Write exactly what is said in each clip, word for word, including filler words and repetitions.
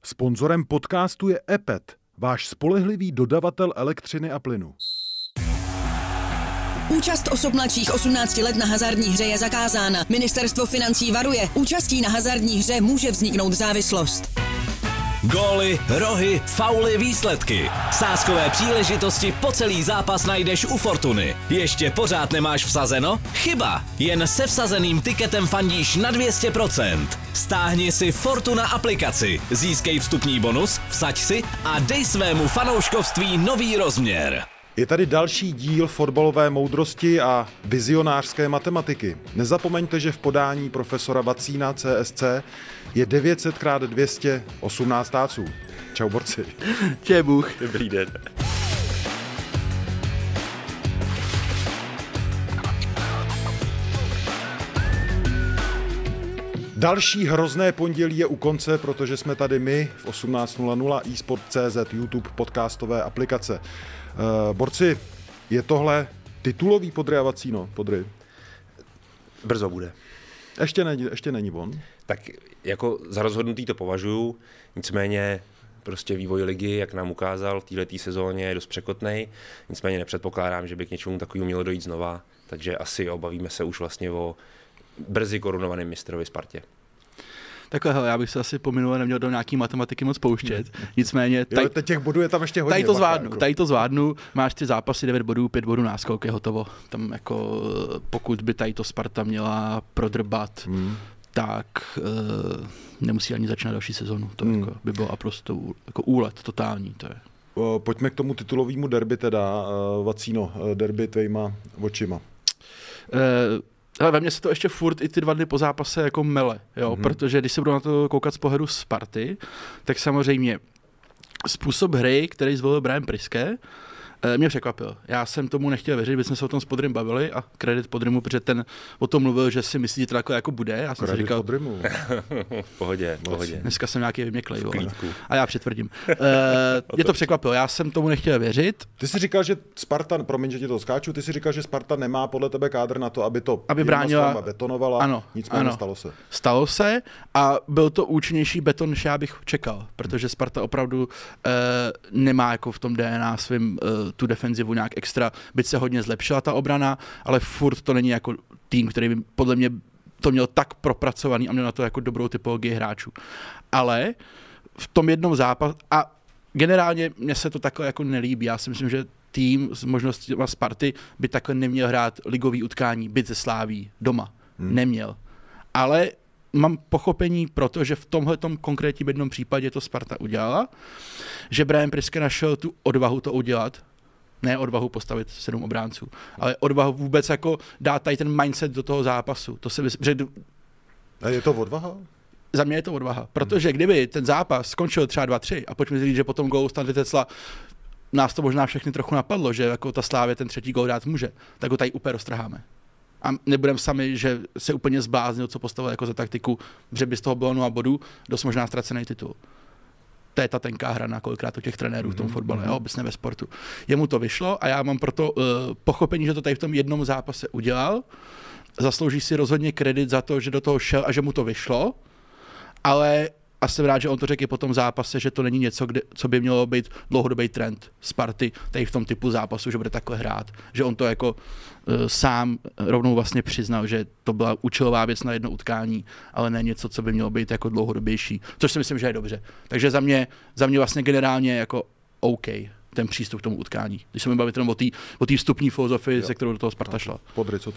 Sponzorem podcastu je E P E T, váš spolehlivý dodavatel elektřiny a plynu. Účast osob mladších osmnácti let na hazardní hře je zakázána. Ministerstvo financí varuje, účastí na hazardní hře může vzniknout závislost. Góly, rohy, fauly, výsledky. Sázkové příležitosti po celý zápas najdeš u Fortuny. Ještě pořád nemáš vsazeno? Chyba! Jen se vsazeným tiketem fandíš na dvě stě procent. Stáhni si Fortuna aplikaci, získej vstupní bonus, vsaď si a dej svému fanouškovství nový rozměr. Je tady další díl fotbalové moudrosti a vizionářské matematiky. Nezapomeňte, že v podání profesora Vacína C S C je devět set krát dvě stě osmnáct táců. Čau borci. Čau Bůh. Dobrý den. Další hrozné pondělí je u konce, protože jsme tady my v osmnáct nula nula, eSport tečka cé zet, YouTube, podcastové aplikace. Uh, borci, je tohle titulový Podry a Vacíno? Podry? Brzo bude. Ještě není, ještě není on? Tak jako za rozhodnutý to považuji, nicméně prostě vývoj ligy, jak nám ukázal v této sezóně, je dost překotnej, nicméně nepředpokládám, že by k něčemu takovému mělo dojít znova, takže asi obavíme se už vlastně o brzy korunovaném mistrovi Spartě. Takhle, hele, já bych se asi pominul, neměl do nějaký matematiky moc pouštět, nicméně... Tady, jo, teď těch bodů je tam ještě hodně. Tady to zvládnu, jako. tady to zvládnu, máš ty zápasy, devět bodů, pět bodů náskok, je hotovo. Tam jako, pokud by tady to Sparta měla prodrbat, hmm. tak uh, nemusí ani začínat další sezonu. To hmm. jako, by bylo naprosto jako úlet totální, to je. O, pojďme k tomu titulovému derby teda, uh, Vacíno, derby tvejma očima. Uh, Ale ve mně se to ještě furt i ty dva dny po zápase jako mele, jo? Mm-hmm. Protože když se budu na to koukat z pohledu Sparty, tak samozřejmě způsob hry, který zvolil Brian Priske, mě překvapil. Já jsem tomu nechtěl věřit, bychom se o tom s Podrym bavili a kredit Podrymu, protože ten o tom mluvil, že si myslí, že to takhle jako bude. Já jsem kredit si říkal, Podrymu. v pohodě, v pohodě. Dneska jsem nějaký vyměklej, a já přitvrdím. Uh, mě to překvapilo, já jsem tomu nechtěl věřit. Ty jsi říkal, že Sparta, promiň, že ti to skáču, ty jsi říkal, že Sparta nemá podle tebe kádr na to, aby to aby bránila, betonovala, ano, nicméně ano. stalo se. Stalo se a byl to účinnější beton, než já bych čekal, protože Sparta opravdu uh, nemá jako v tom D N A svým uh, tu defenzivu nějak extra, byť se hodně zlepšila ta obrana, ale furt to není jako tým, který by podle mě to měl tak propracovaný a měl na to jako dobrou typologii hráčů. Ale v tom jednom zápasu, a generálně mně se to takhle jako nelíbí, já si myslím, že tým s možností Sparty by takhle neměl hrát ligový utkání, byt ze Sláví doma. Hmm. Neměl. Ale mám pochopení, protože v tomhletom konkrétním jednom případě to Sparta udělala, že Brian Priske našel tu odvahu to udělat, ne odvahu postavit sedm obránců, ale odvahu vůbec jako dát tady ten mindset do toho zápasu. To se vys... A je to odvaha? Za mě je to odvaha, protože kdyby ten zápas skončil třeba dva tři a pojďme říct, že potom gól Stan Vitecla, nás to možná všechny trochu napadlo, že jako ta Slávě ten třetí gól dát může, tak ho tady úplně roztrháme. A nebudeme sami, že se úplně zbláznil, co postavil jako za taktiku, že by z toho bylo nula bodů, dost možná ztracený titul. To je ta tenká hra na kolikrát u těch trenérů v tom fotbale, jo, obecně ve sportu. Jemu to vyšlo a já mám proto uh, pochopení, že to tady v tom jednom zápase udělal. Zaslouží si rozhodně kredit za to, že do toho šel a že mu to vyšlo, ale a jsem rád, že on to řekl i po tom zápase, že to není něco, kde, co by mělo být dlouhodobý trend Sparty tady v tom typu zápasu, že bude takhle hrát. Že on to jako uh, sám rovnou vlastně přiznal, že to byla účelová věc na jedno utkání, ale ne něco, co by mělo být jako dlouhodobější. Což si myslím, že je dobře. Takže za mě, za mě vlastně generálně jako OK ten přístup k tomu utkání. Když se mi bavit jenom o té o té vstupní filozofii, se kterou do toho Sparta šla. Podry, co ty?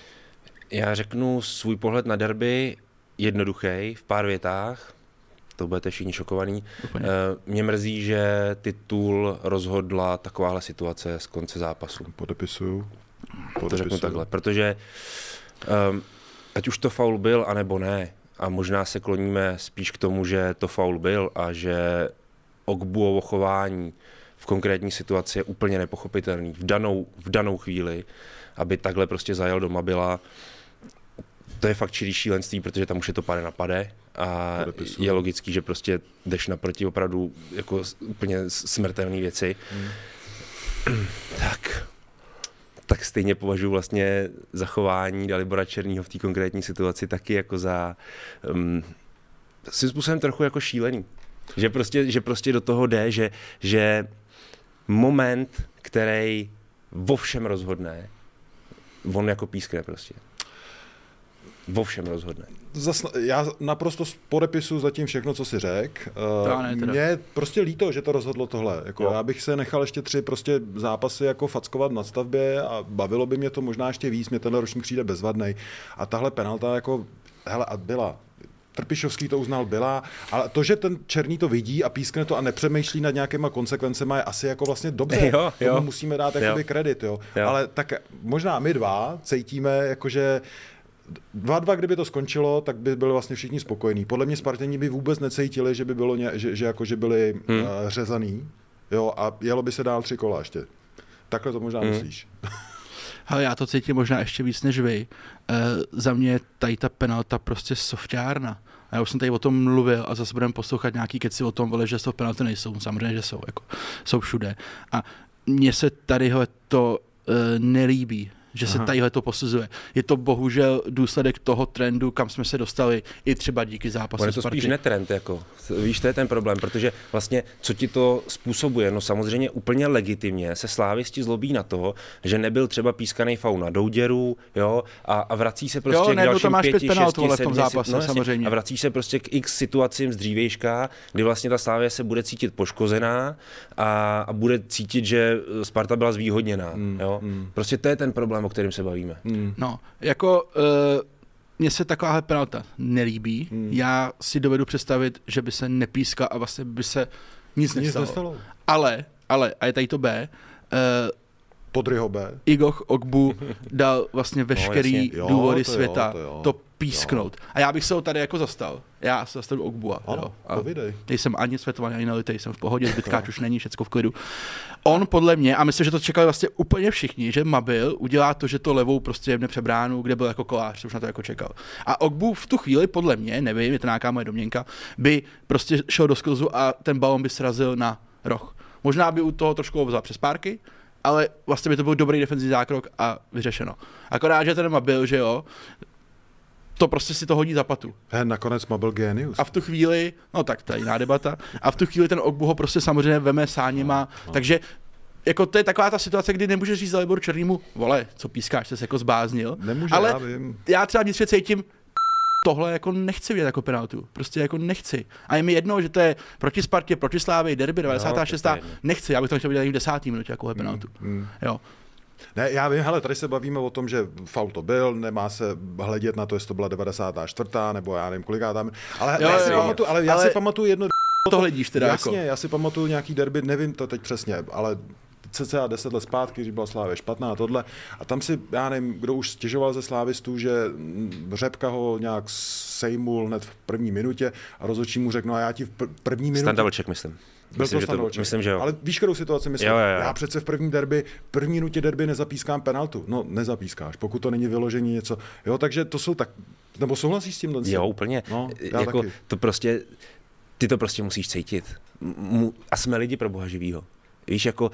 Já řeknu svůj pohled na derby jednoduchý, v pár větách. To budete všichni šokovaný. Úplně. Mě mrzí, že titul rozhodla takováhle situace z konce zápasu. Podepisuju. Podepisuju. To řeknu takhle, protože um, ať už to faul byl, anebo ne, a možná se kloníme spíš k tomu, že to faul byl a že Ogbuovo chování v konkrétní situaci je úplně nepochopitelný. V danou, v danou chvíli, aby takhle prostě zajel do Mabila, to je fakt čirý šílenství, protože tam už je to pade na pade a je logický, že prostě jdeš naproti opravdu jako úplně smrtelné věci. Hmm. Tak, tak stejně považuji vlastně zachování Dalibora Černýho v té konkrétní situaci taky jako za um, svým způsobem trochu jako šílený. Že prostě, že prostě do toho jde, že, že moment, který vo všem rozhodne, on jako pískne prostě. Vo všem rozhodne. Zas, já naprosto podepisuju za tím všechno, co si řekl. Uh, Mně je prostě líto, že to rozhodlo tohle. Jako, já bych se nechal ještě tři prostě zápasy jako fackovat na stavbě a bavilo by mě to možná ještě víc, mě tenhle ročník přijde bezvadnej. A tahle penalta jako, hele, a byla. Trpišovský to uznal, byla, ale to, že ten Černý to vidí a pískne to a nepřemýšlí nad nějakýma konsekvencema, je asi jako vlastně dobře. Jo, jo. Tomu musíme dát jakoby kredit, jo. jo. Ale tak možná my dva cítíme, jakože dva dva, kdyby to skončilo, tak by byli vlastně všichni spokojení. Podle mě Spartěni by vůbec necítili, že by bylo ně, že, že, jako, že byli hmm. uh, řezaný, jo, a jelo by se dál tři kola ještě. Takhle to možná hmm. myslíš. Ale já to cítím možná ještě víc než vy. E, za mě tady ta penalta prostě sofťárna. A já už jsem tady o tom mluvil a zase budeme poslouchat nějaký keci o tom, vole, že to penalty nejsou. Samozřejmě, že jsou. Jako, jsou všude. A mně se tadyhle to e, nelíbí, že se tadyhle to posuzuje. Je to bohužel důsledek toho trendu, kam jsme se dostali, i třeba díky zápasu. Je to spíš netrend, jako. Víš, to je ten problém, protože vlastně, co ti to způsobuje, no samozřejmě úplně legitimně se slávisti zlobí na to, že nebyl třeba pískaný faul na Douděru, jo, a, a vrací se prostě jo, k dalším pěti, šesti, v tom zápase, no, samozřejmě. A vrací se prostě k x situacím z dřívějška, kdy vlastně ta Slavia se bude cítit poškozená a, a bude cítit, že Sparta byla zvýhodněná, mm, jo. Mm. Prostě to je ten problém, o kterém se bavíme. Mm. No, jako uh, mně se takováhle penalta nelíbí. Mm. Já si dovedu představit, že by se nepískal a vlastně by se nic, nic nestalo. nestalo. Ale, ale, a je tady to B, uh, Podryho B. Igor Ogbu dal vlastně veškerý no, důvody to světa jo, to, jo. to písknout. Jo. A já bych se ho tady jako zastal. Já se zastavu Ogbua. Ano, povídej. Nejsem ani světovaný, ani nalitej, jsem v pohodě, zbytkáč už není, všecko v klidu. On podle mě, a myslím, že to čekali vlastně úplně všichni, že Mabil udělá to, že to levou prostě jemne přebránu, kde byl jako kolář, už na to jako čekal. A Ogbu v tu chvíli podle mě, nevím, je to nějaká moje domněnka, by prostě šel do sklzu a ten balon by srazil na roh. Možná by u toho trošku vzal přes párky, ale vlastně by to byl dobrý defenzivní zákrok a vyřešeno. Akorát, že ten Mabil, že jo, to prostě si to hodí za patu. He, nakonec Mabil genius. A v tu chvíli, no tak to je jiná debata, a v tu chvíli ten Ogbu ho prostě samozřejmě veme sáněma, no, no. Takže jako to je taková ta situace, kdy nemůžeš říct Liboru Černýmu, vole, co pískáš, jsi se jako zbláznil. Nemůže, ale já vím. Já třeba vnitřně cítím, tohle jako nechci vidět jako penaltu. Prostě jako nechci. A je mi jedno, že to je proti Spartě, proti Slávii, derby devadesátá šestá No, nechci, já bych to chtěl vidět i v desátý minutě jako penaltu. Mm, mm. Jo. Ne, já vím, hele, tady se bavíme o tom, že faul to byl, nemá se hledět na to, jestli to byla devadesátá čtvrtá nebo já nevím, koliká tam. Ale jo, já si jo, pamatuju, ale já ale si pamatuju jedno. To hledíš teda jasně, jako. Já si pamatuju nějaký derby, nevím to teď přesně, ale cca deset let zpátky, když byla Slávě špatná a tohle. A tam si, já nevím, kdo už stěžoval ze slávistů, že Řepka ho nějak sejmul hned v první minutě a rozhodčí mu řekl, no a já ti v první minutě... Standardček, myslím. Byl myslím, to to, myslím, že jo. Ale víš, kterou situaci myslím? Jo, jo, jo. Já přece v první derby, první minutě derby nezapískám penaltu. No, nezapískáš, pokud to není vyložení něco. Jo, takže to jsou tak... Nebo souhlasíš s tím? Jo, úplně. No, jako, to prostě, ty to prostě musíš cítit. A jsme lidi pro boha živýho. Víš, jako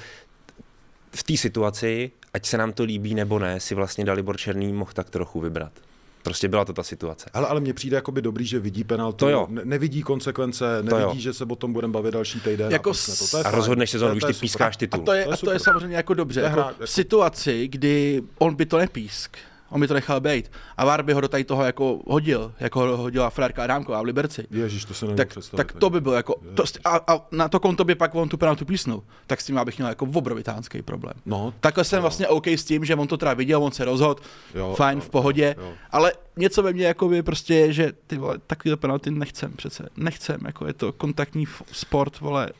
v té situaci, ať se nám to líbí nebo ne, si vlastně Dalibor Černý mohl tak trochu vybrat. Prostě byla to ta situace. Ale, ale mně přijde jakoby dobrý, že vidí penaltu, to jo. Ne, nevidí konsekvence, nevidí, že se o tom budeme bavit další týden. Jako a to. To je a fajn. rozhodneš se, když ty pískáš titul. A to je, to je, a to je samozřejmě jako dobře. Jako hrát, jako... v situaci, kdy on by to nepísk, on by to nechal být a V A R by ho do tady toho jako hodil, jako ho hodila Frérka Adámková v Liberci. Ježíš, to se nemůžu tak, představit. tak to by bylo jako, to, a, a na to konto by pak on tu penaltu písnul, tak s tím já bych měl jako obrovitánský problém. No, Takhle jsem jo. vlastně OK s tím, že on to teda viděl, on se rozhodl, jo, fajn, jo, v pohodě, jo, jo. ale něco ve mně jako by prostě je, že ty vole, takovýhle penalty nechcem přece, nechcem, jako je to kontaktní sport, vole.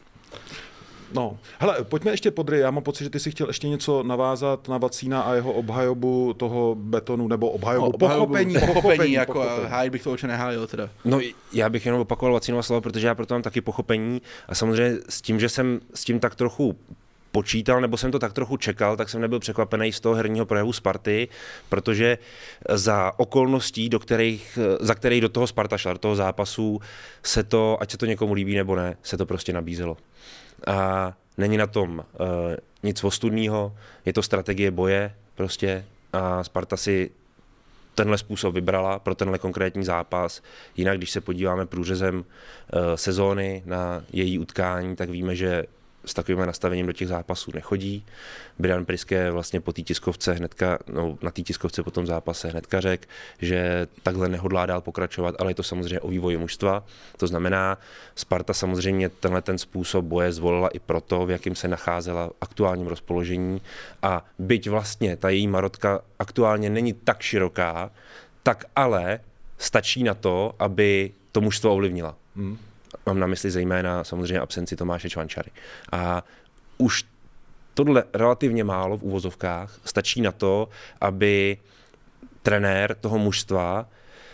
No, hele, pojďme ještě podry. Já mám pocit, že ty si chtěl ještě něco navázat na Vacína a jeho obhajobu toho betonu, nebo obhajobu, No, obhajobu pochopení, pochopení, pochopení, jako pochopení. hájit bych to určitě nehájil teda. No, já bych jenom opakoval Vacínova slova, protože já proto mám taky pochopení a samozřejmě s tím, že jsem s tím tak trochu počítal, nebo jsem to tak trochu čekal, tak jsem nebyl překvapený z toho herního projevu Sparty, protože za okolností, do kterých, za kterých do toho Sparta šla, do toho zápasu, se to, ať se to někomu líbí nebo ne, se to prostě nabízelo. A není na tom uh, nic ostudného, je to strategie boje prostě a Sparta si tenhle způsob vybrala pro tenhle konkrétní zápas. Jinak, když se podíváme průřezem uh, sezóny na její utkání, tak víme, že s takovým nastavením do těch zápasů nechodí. Brian Priske vlastně po té tiskovce hnedka, no, na té tiskovce po tom zápase hnedka řekl, že takhle nehodlá dál pokračovat, ale je to samozřejmě o vývoji mužstva. To znamená, Sparta samozřejmě tenhle ten způsob boje zvolila i proto, v jakém se nacházela v aktuálním rozpoložení. A byť vlastně ta její marotka aktuálně není tak široká, tak ale stačí na to, aby to mužstvo ovlivnila. Hmm. Mám na mysli zejména samozřejmě absenci Tomáše Čvančary. A už tohle relativně málo v uvozovkách stačí na to, aby trenér toho mužstva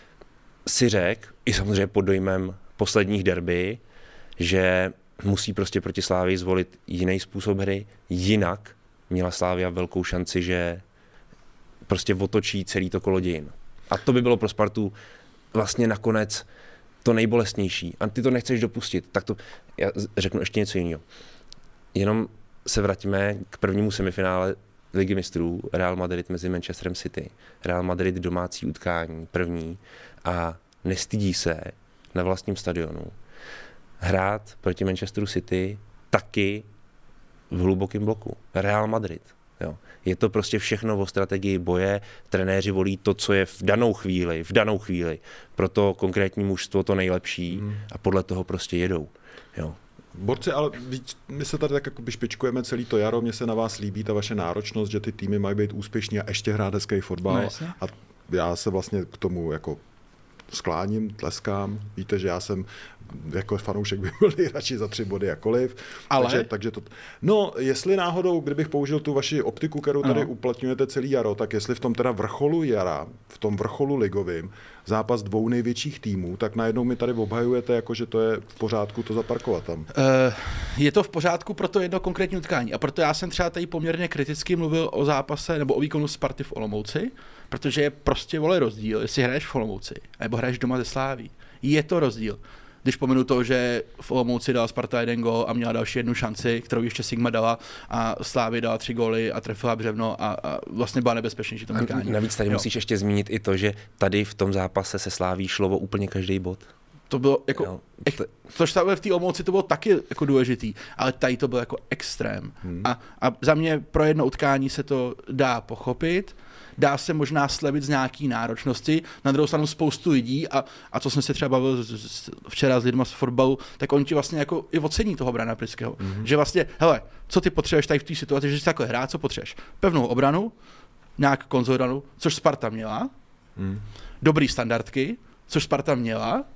si řekl, i samozřejmě pod dojmem posledních derby, že musí prostě proti Slávii zvolit jiný způsob hry, jinak měla Slavia velkou šanci, že prostě otočí celý to kolo dějin. A to by bylo pro Spartu vlastně nakonec to nejbolestnější. A ty to nechceš dopustit. Tak to, já řeknu ještě něco jiného. Jenom se vrátíme k prvnímu semifinále Ligy mistrů, Real Madrid mezi Manchesterem City. Real Madrid domácí utkání, první, a nestydí se na vlastním stadionu hrát proti Manchesteru City taky v hlubokém bloku. Real Madrid. Jo. Je to prostě všechno o strategii boje, trenéři volí to, co je v danou chvíli, v danou chvíli, pro to konkrétní mužstvo to nejlepší hmm. a podle toho prostě jedou. Jo. Borci, ale my se tady tak jako špičkujeme celý to jaro, mně se na vás líbí ta vaše náročnost, že ty týmy mají být úspěšní a ještě hrát hezký fotbal. No, a já se vlastně k tomu jako skláním, tleskám. Víte, že já jsem jako fanoušek by byl nejradši za tři body jakoliv. Ale? Takže, takže to... No, jestli náhodou, kdybych použil tu vaši optiku, kterou tady ano. uplatňujete celý jaro, tak jestli v tom teda vrcholu jara, v tom vrcholu ligovým, zápas dvou největších týmů, tak najednou mi tady obhajujete, jako že to je v pořádku to zaparkovat tam. Uh, je to v pořádku pro to jedno konkrétní utkání. A proto já jsem třeba tady poměrně kriticky mluvil o zápase nebo o výkonu Sparty v Olomouci, protože je prostě vole rozdíl, jestli hraješ v Olomouci nebo hraješ doma ze Sláví. Je to rozdíl. Když pominu to, že v Olomouci dala Sparta jeden gól a měla další jednu šanci, kterou ještě Sigma dala, a Slávy dala tři góly a trefila břevno a, a vlastně byla nebezpečnější to utkání. Navíc tady jo. musíš ještě zmínit i to, že tady v tom zápase se Sláví šlo o úplně každý bod. To bylo jako, jo, to... což v té Olomouci to bylo taky jako důležitý, ale tady to byl jako extrém. Hmm. A, a za mě pro jedno utkání se to dá pochopit, dá se možná slevit z nějaký náročnosti, na druhou stranu spoustu lidí a, a co jsem se třeba bavil z, z, včera s lidma z fotbalu, tak oni ti vlastně jako i ocení toho Briana Priského. Mm-hmm. Že vlastně, hele, co ty potřebuješ tady v té situaci, že si takhle hrát, co potřebuješ? Pevnou obranu, nějak konzolidanu, což Sparta měla, mm. dobrý standardky, což Sparta měla,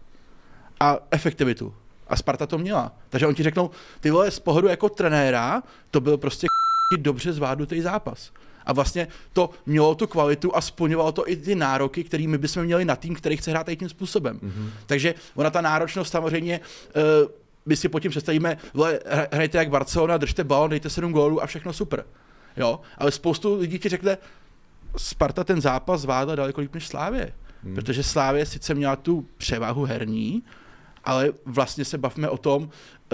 a efektivitu. A Sparta to měla. Takže oni ti řeknou, ty vole, z pohledu jako trenéra, to byl prostě dobře zvládnutý zápas. A vlastně to mělo tu kvalitu a splňovalo to i ty nároky, které my bychom měli na tým, který chce hrát tím způsobem. Mm-hmm. Takže ona ta náročnost samozřejmě, uh, my si pod tím představíme, vole, hrajte jak Barcelona, držte balon, dejte sedm gólů a všechno super. Jo? Ale spoustu lidí ti řekne, Sparta ten zápas zvládla daleko líp než Slávie. Mm. Protože Slávie sice měla tu převahu herní, ale vlastně se bavíme o tom, uh,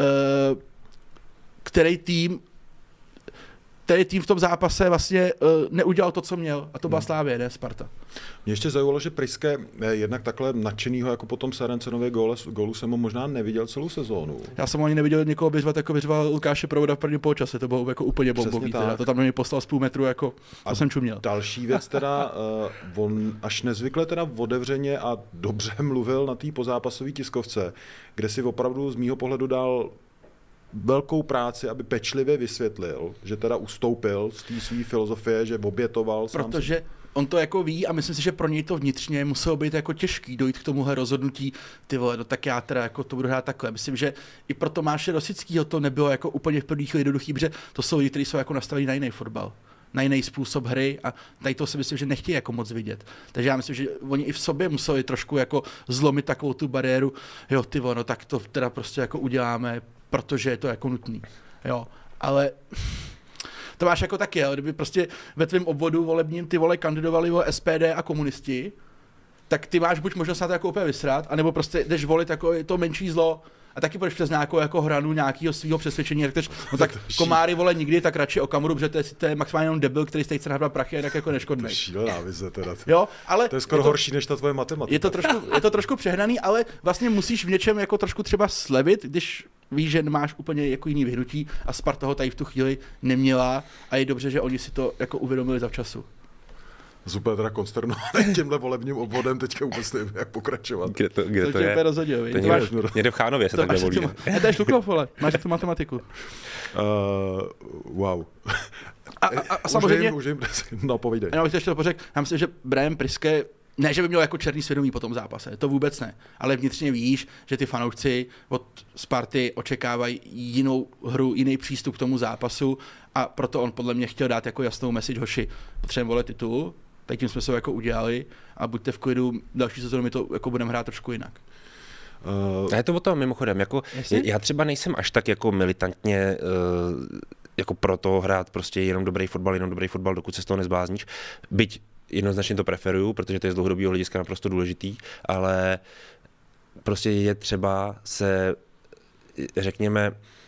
který tým který tým v tom zápase vlastně uh, neudělal to, co měl. A to byla Slávie, ne Sparta. Mě ještě zaujalo, že Priske jednak takhle nadšenýho jako potom Serencenově gólu, gólu jsem ho možná neviděl celou sezónu. Já jsem ho ani neviděl někoho vyzvat, jako vyzval Lukáše Prouda v prvním poločase. To bylo jako úplně bombový. Teda. To tam mě poslal z půl metru, jako to a jsem čuměl. Další věc teda, uh, on až nezvykle teda otevřeně a dobře mluvil na té pozápasové tiskovce, kde si opravdu z mýho pohledu dal velkou práci, aby pečlivě vysvětlil, že teda ustoupil z té své filozofie, že obětoval. Protože sám on to jako ví a myslím si, že pro něj to vnitřně muselo být jako těžký dojít k tomuhle rozhodnutí, ty vole, no tak já teda jako to budu hrát takhle. Myslím, že i pro Tomáše Rosickýho to nebylo jako úplně v první chvíli jednoduchý, protože to jsou lidi, kteří jsou jako nastavení na jiný fotbal, na jiný způsob hry a tady to si myslím, že nechtějí jako moc vidět. Takže já myslím, že oni i v sobě museli trošku jako zlomit takovou tu bariéru, jo ty vole, no tak to teda prostě jako uděláme, protože je to jako nutný, jo, ale to máš jako taky, kdyby prostě ve tvém obvodu volebním ty vole kandidovali o S P D a komunisti, tak ty máš buď možnost na to jako úplně vysrat, anebo prostě jdeš volit jako to menší zlo A taky půjdeš přes nějakou jako hranu nějakého svého přesvědčení, jak tež, no tak komáry vole nikdy, tak radši Okamuru, protože to je, to je maximálně jenom debil, který stejně chce nahrát prachy, tak jako neškodný. Šílená vize teda. Jo, ale to je skoro je to, horší než ta tvoje matematika. Je to trošku, je to trošku přehnaný, ale vlastně musíš v něčem jako trošku třeba slevit, když víš, že máš úplně jako jiný vyhnutí a Sparta ho tady v tu chvíli neměla a je dobře, že oni si to jako uvědomili zavčasu. Super teda konsternovaný tímhle volebním obvodem, teďka vůbec nevím, jak pokračovat. Kde to, kde to, to je? Rozhodil, to někde, máš, někde v Chánově se takhle volí. Ne, to je Šluklov, vole, máš tu matematiku. Uh, wow. A, a, a samozřejmě... Už jim, už jim, no povídej. Já bych to ještě pořekl, já myslím, že Brian Priske, ne, že by měl jako černý svědomí po tom zápase, to vůbec ne, ale vnitřně víš, že ty fanoušci od Sparty očekávají jinou hru, jiný přístup k tomu zápasu a proto on podle mě chtěl dát jako jasnou message, hoši, potřebujeme vole titul, tak tím jsme se jako udělali a buďte v klidu, další sezónu my to jako budeme hrát trošku jinak. Uh, a je to o tom mimochodem, jako já třeba nejsem až tak jako militantně uh, jako pro to hrát prostě jenom dobrý fotbal, jenom dobrý fotbal, dokud se z toho nezblázníš, byť jednoznačně to preferuju, protože to je z dlouhodobého hlediska naprosto důležitý, ale prostě je třeba se, řekněme,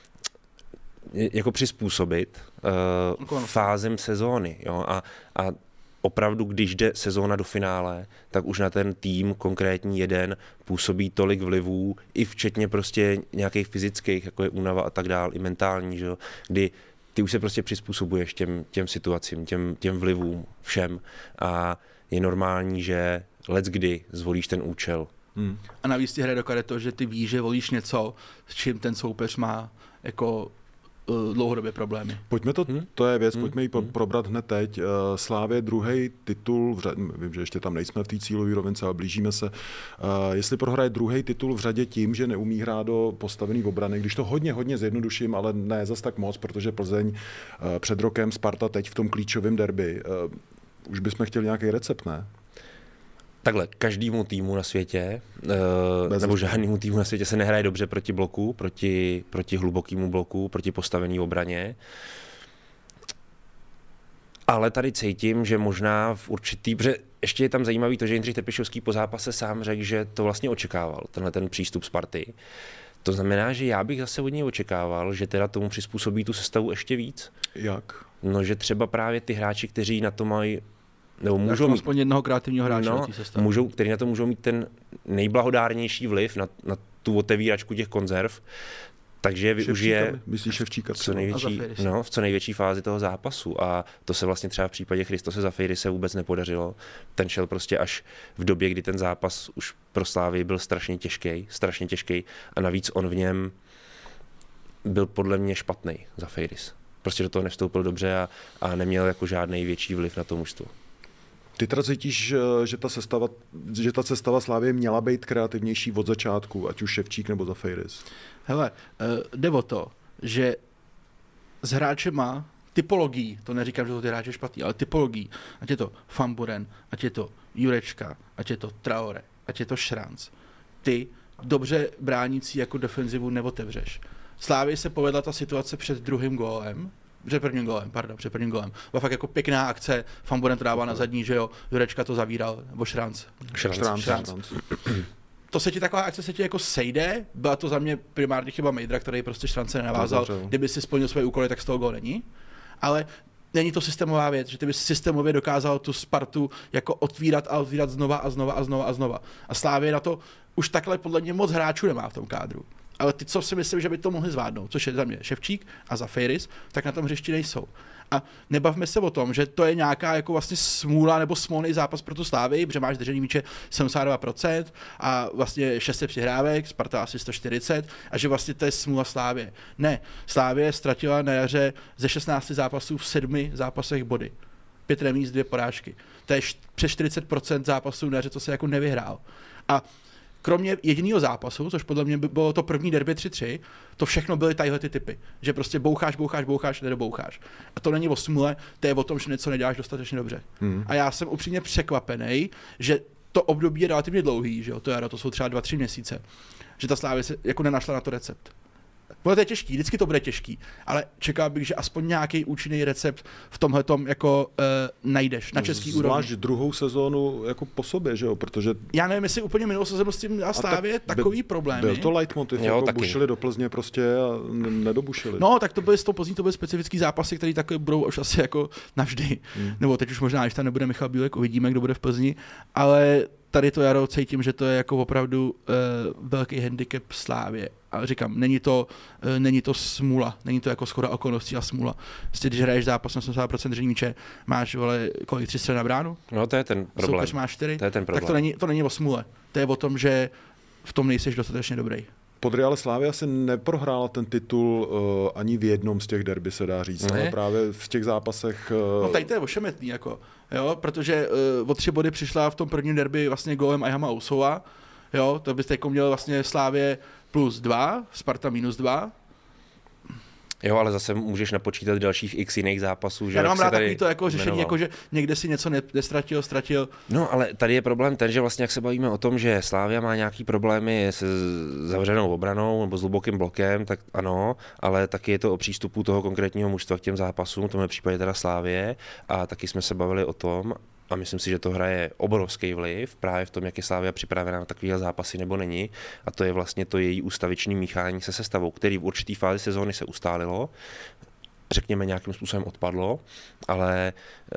jako přizpůsobit uh, fázem sezóny, jo, a, a opravdu, když jde sezóna do finále, tak už na ten tým konkrétní jeden působí tolik vlivů, i včetně prostě nějakých fyzických, jako je únava a tak dál, i mentální, že jo, kdy ty už se prostě přizpůsobuješ těm, těm situacím, těm, těm vlivům, všem a je normální, že leckdy zvolíš ten účel. Hmm. A navíc ti hraje doklade to, že ty víš, že volíš něco, s čím ten soupeř má jako dlouhodobě problémy. Pojďme to, hmm? to je věc, hmm? pojďme ji hmm? probrat hned teď. Slávě druhý titul, v řadě, vím, že ještě tam nejsme v té cílové rovince, ale blížíme se. Jestli prohraje druhý titul v řadě tím, že neumí hrát do postavený obrany, když to hodně, hodně zjednoduším, ale ne zas tak moc, protože Plzeň před rokem, Sparta teď v tom klíčovém derby. Už bychom chtěli nějaký recept, ne? Takhle, každému týmu na světě, uh, nebo žádnému týmu na světě se nehraje dobře proti bloku, proti, proti hlubokému bloku, proti postavené obraně. Ale tady cítím, že možná v určitý, protože ještě je tam zajímavý to, že Jindřich Trpišovský po zápase sám řekl, že to vlastně očekával, tenhle ten přístup Sparty. To znamená, že já bych zase od něj očekával, že teda tomu přizpůsobí tu sestavu ještě víc. Jak? No, že třeba právě ty hráči, kteří na to mají nebo můžou mít aspoň jednoho kreativního hráče, no, můžou, který na to můžou mít ten nejblahodárnější vliv na, na tu otevíračku těch konzerv, takže využije Ševčíka, co největší, no, v co největší fázi toho zápasu a to se vlastně třeba v případě Christose Zafirise vůbec nepodařilo. Ten šel prostě až v době, kdy ten zápas už pro Slávii byl strašně těžký, strašně těžký a navíc on v něm byl podle mě špatný Zafiris. Prostě do toho nevstoupil dobře a, a neměl jako žádný větší vliv na to mužstvo. Ty teda cítíš, že ta sestava, že ta sestava Slávie měla být kreativnější od začátku, ať už Ševčík nebo Zafiris? Hele, jde o to, že s hráčema typologií, to neříkám, že to ty hráče špatný, ale typologií, ať je to Famburen, ať je to Jurečka, ať je to Traore, ať je to Šranc, ty dobře bránící jako defenzivu neotevřeš. Slávii se povedla ta situace před druhým gólem, před prvním gólem, pardon, před prvním gólem. Byla fakt jako pěkná akce, Famburen to dává na zadní, že jo, Jurečka to zavíral, nebo Šranc. Šranc, Šranc. Šranc. Šranc. To se ti taková akce se ti jako sejde, byla to za mě primárně chyba Mejdra, který prostě Šrance nenavázal, kdyby si splnil svoje úkoly, tak z toho gól není, ale není to systémová věc, že ty bys systémově dokázal tu Spartu jako otvírat a otvírat znova a znova a znova a znova. A Slávie na to už takhle podle mě moc hráčů nemá v tom kádru. Ale ty, co si myslím, že by to mohli zvládnout, což je za mě Ševčík a Zafiris, tak na tom hřišti nejsou. A nebavme se o tom, že to je nějaká jako vlastně smůla nebo smolný zápas pro tu Slávii, protože máš držení míče sedmdesát dva procent a vlastně šest set přihrávek, Sparta asi sto čtyřicet a že vlastně to je smůla Slávie. Ne, Slávie ztratila na jaře ze šestnácti zápasů v sedmi zápasech body. Pět remíz, dvě porážky. To je přes čtyřicet procent zápasů na jaře, co se jako nevyhrál. A kromě jediného zápasu, což podle mě bylo to první derby tři tři, to všechno byly tadyhle ty typy. Že prostě boucháš, boucháš, boucháš, nedoboucháš. A to není o smůle, to je o tom, že něco neděláš dostatečně dobře. Hmm. A já jsem upřímně překvapený, že to období je relativně dlouhý, že jo, to jaro, to jsou třeba dva, tři měsíce, že ta Slávie se jako nenašla na to recept. Bude to je těžký, vždycky to bude těžký, ale čekal bych, že aspoň nějaký účinný recept v tomhletom jako uh, najdeš na český Zvlášť úrovni. Zvlášť druhou sezónu jako po sobě, že jo, protože... Já nevím, jestli úplně minulou sezónu s tím měla Slávě tak takový by, problémy. Byl to leitmotiv, jo, jako taky. bušili do Plzně prostě a nedobušili. No, tak to byly s tou Plzní, to byly specifický zápasy, které takové budou už asi jako navždy. Hmm. Nebo teď už možná, když tam nebude Michal Bílek, uvidíme, kdo bude v Plzni, ale tady to jaro cítím, že to je jako opravdu uh, velký handicap Slávě. A říkám, není to, uh, není to smůla, není to jako shoda okolností a smůla. Prostě když hraješ zápas na osmdesát procent držení míče, máš vole, kolik tři střely na bránu? No to je ten problém. Soupeř má čtyři, to je ten problém. tak to není, to není o smůle. To je o tom, že v tom nejseš dostatečně dobrý. Podreal Slávia asi neprohrála ten titul uh, ani v jednom z těch derby, se dá říct, Ne. ale právě v těch zápasech... Uh, No tady to je ošemetný, jako, jo, protože uh, o tři body přišla v tom prvním derby vlastně gólem Ayhama Ousova, jo, to byste jako měl vlastně Slávě plus dva, Sparta minus dva. Jo, ale zase můžeš napočítat dalších x jiných zápasů. Že Já nemám jak rád jsi tady takový to jako řešení, jmenoval. jako že někde si něco ne- nestratil, ztratil. No, ale tady je problém ten, že vlastně jak se bavíme o tom, že Slavia má nějaký problémy se zavřenou obranou nebo s hlubokým blokem, tak ano, ale taky je to o přístupu toho konkrétního mužstva k těm zápasům, v tomhle případě teda Slavie, a taky jsme se bavili o tom, a myslím si, že to hraje obrovský vliv právě v tom, jak je Slavia připravená na takovýhle zápasy nebo není, a to je vlastně to její ustaviční míchání se sestavou, který v určitý fázi sezóny se ustálilo, řekněme nějakým způsobem odpadlo, ale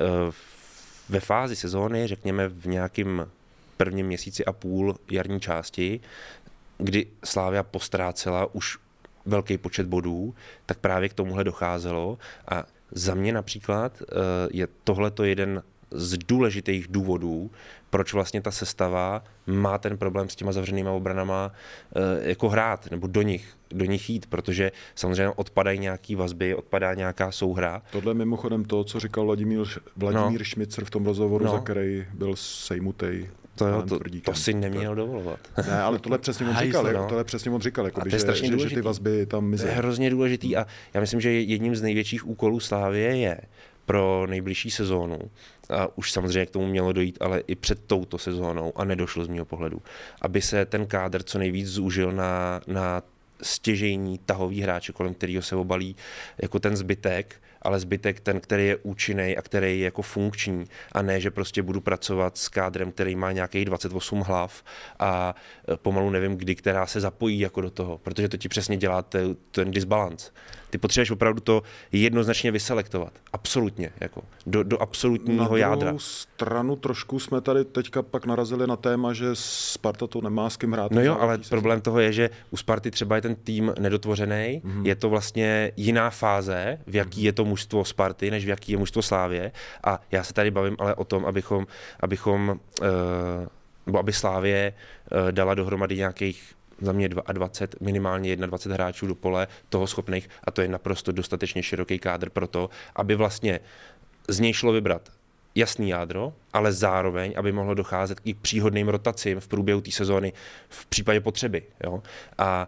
ve fázi sezóny, řekněme v nějakým prvním měsíci a půl jarní části, kdy Slavia postrácela už velký počet bodů, tak právě k tomuhle docházelo, a za mě například je tohleto jeden z důležitých důvodů, proč vlastně ta sestava má ten problém s těma zavřenýma obranama e, jako hrát, nebo do nich, do nich jít, protože samozřejmě odpadají nějaký vazby, odpadá nějaká souhra. Tohle je mimochodem to, co říkal Vladimír, Vladimír No. Šmicer v tom rozhovoru, No. za který byl sejmutej. To, jo, to, to si neměl dovolovat. Ne, ale tohle přesně on Hajzl, říkal, no. jako, tohle přesně on říkal, jako A to by, je že, strašně že, že ty důležitý. vazby tam To je mizí. hrozně důležitý a já myslím, že jedním z největších úkolů Slávie je pro nejbližší sezónu, a už samozřejmě k tomu mělo dojít, ale i před touto sezónou, a nedošlo z mého pohledu, aby se ten kádr co nejvíc zúžil na, na stěžejní tahový hráče, kolem kterého se obalí jako ten zbytek, ale zbytek ten, který je účinný a který je jako funkční, a ne, že prostě budu pracovat s kádrem, který má nějakých dvacet osm hlav a pomalu nevím kdy, která se zapojí jako do toho, protože to ti přesně dělá ten, ten disbalans. Ty potřebuješ opravdu to jednoznačně vyselektovat. Absolutně, jako do, do absolutního jádra. Na druhou stranu trošku jsme tady teďka pak narazili na téma, že Sparta to nemá s kým hrát. No jo, ale problém toho je, že u Sparty třeba je ten tým nedotvořený, mm-hmm. je to vlastně jiná fáze, v jaký je to mužstvo Sparty, než v jaký je mužstvo Slávie, a já se tady bavím ale o tom, abychom, abychom uh, nebo aby Slávie uh, dala dohromady nějakých za mě dvacet dva, minimálně dvacet jedna hráčů do pole, toho schopných, a to je naprosto dostatečně široký kádr pro to, aby vlastně z něj šlo vybrat jasný jádro, ale zároveň, aby mohlo docházet k příhodným rotacím v průběhu té sezóny v případě potřeby. Jo? A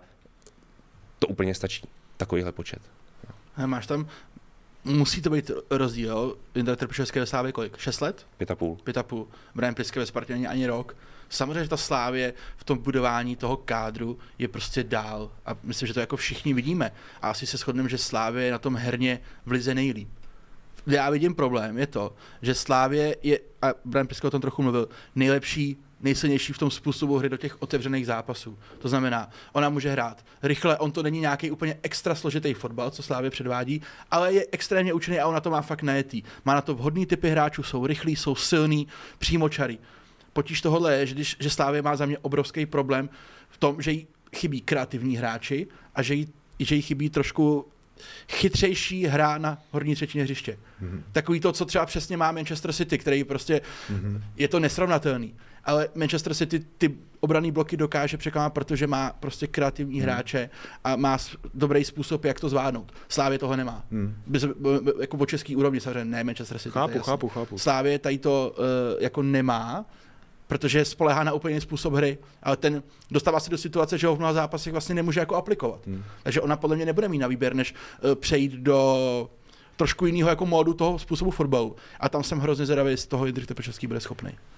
to úplně stačí, takovýhle počet. A máš tam, musí to být rozdíl, Jindra Trpišovský ve Slávě kolik? šest let? Pět a půl. Pět a půl. Brian Priske ve Spartě není ani rok. Samozřejmě, že ta Slávě v tom budování toho kádru je prostě dál. A myslím, že to jako všichni vidíme. A asi se shodneme, že Slávě je na tom herně v lize nejlíp. Já vidím problém, je to, že Slávě je, a Brian Priske o tom trochu mluvil, nejlepší, nejsilnější v tom způsobu hry do těch otevřených zápasů. To znamená, ona může hrát rychle, on to není nějaký úplně extra složitý fotbal, co Slávě předvádí, ale je extrémně účinný a ona to má fakt najetý. Má na to vhodný typy hráčů, jsou rychlí, jsou silní, přímočarý. Potíž tohohle je, že, když, že Slávě má za mě obrovský problém v tom, že jí chybí kreativní hráči a že jí, že jí chybí trošku chytřejší hra na horní třetině hřiště. Mm-hmm. Takový to, co třeba přesně má Manchester City, který prostě mm-hmm. je to nesrovnatelný. Ale Manchester City ty obranné bloky dokáže překonat, protože má prostě kreativní mm. hráče a má dobrý způsob, jak to zvládnout. Slávě toho nemá. Mm. Bez, jako o český úrovni samozřejmě, ne Manchester City. Chápu, chápu, chápu. Slávě tady to uh, jako nemá, protože spolehá na úplně způsob hry, ale ten dostává se do situace, že ho v mnoha zápasech vlastně nemůže jako aplikovat. Hmm. Takže ona podle mě nebude mít na výběr, než uh, přejít do trošku jiného jako módu toho způsobu fotbalu. A tam jsem hrozně zvědavý, z toho Jindřich Trpišovský bude schopný.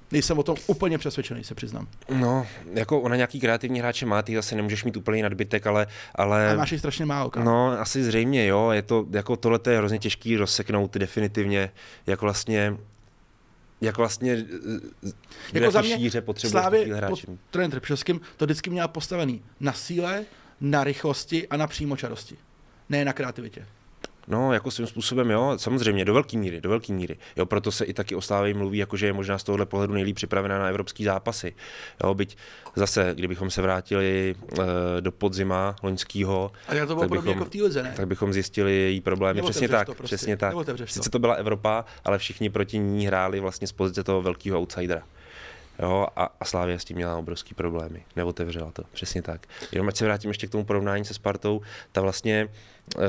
Nejsem o tom úplně přesvědčený, se přiznám. No, jako ona nějaký kreativní hráče má, ty zase nemůžeš mít úplný nadbytek, ale... ale... A máš jich strašně málo. Kam? No, asi zřejmě, jo, je to, jako tohle je hrozně těžký rozseknout definitivně, jako vlastně... Jak vlastně jako za mě šíře potřebuje Slávy pod trenérem Trpišovským to vždycky měla postavený na síle, na rychlosti a na přímočarosti. Ne na kreativitě. No, jako svým způsobem, jo, samozřejmě, do velké míry, do velké míry. Jo, proto se i taky o Slávii mluví, jako že je možná z tohohle pohledu nejlíp připravená na evropský zápasy. Jo, byť zase, kdybychom se vrátili uh, do podzima loňského, a já to bylo podobně jako v té lize, ne? Tak bychom zjistili její problémy. Přesně tak, prostě. přesně tak. Sice to byla Evropa, ale všichni proti ní hráli vlastně z pozice toho velkého outsidera. Jo, a, a Slavia s tím měla obrovský problémy. Neotevřela to, přesně tak. Jenom ať se vrátím ještě k tomu porovnání se Spartou, ta vlastně... Uh,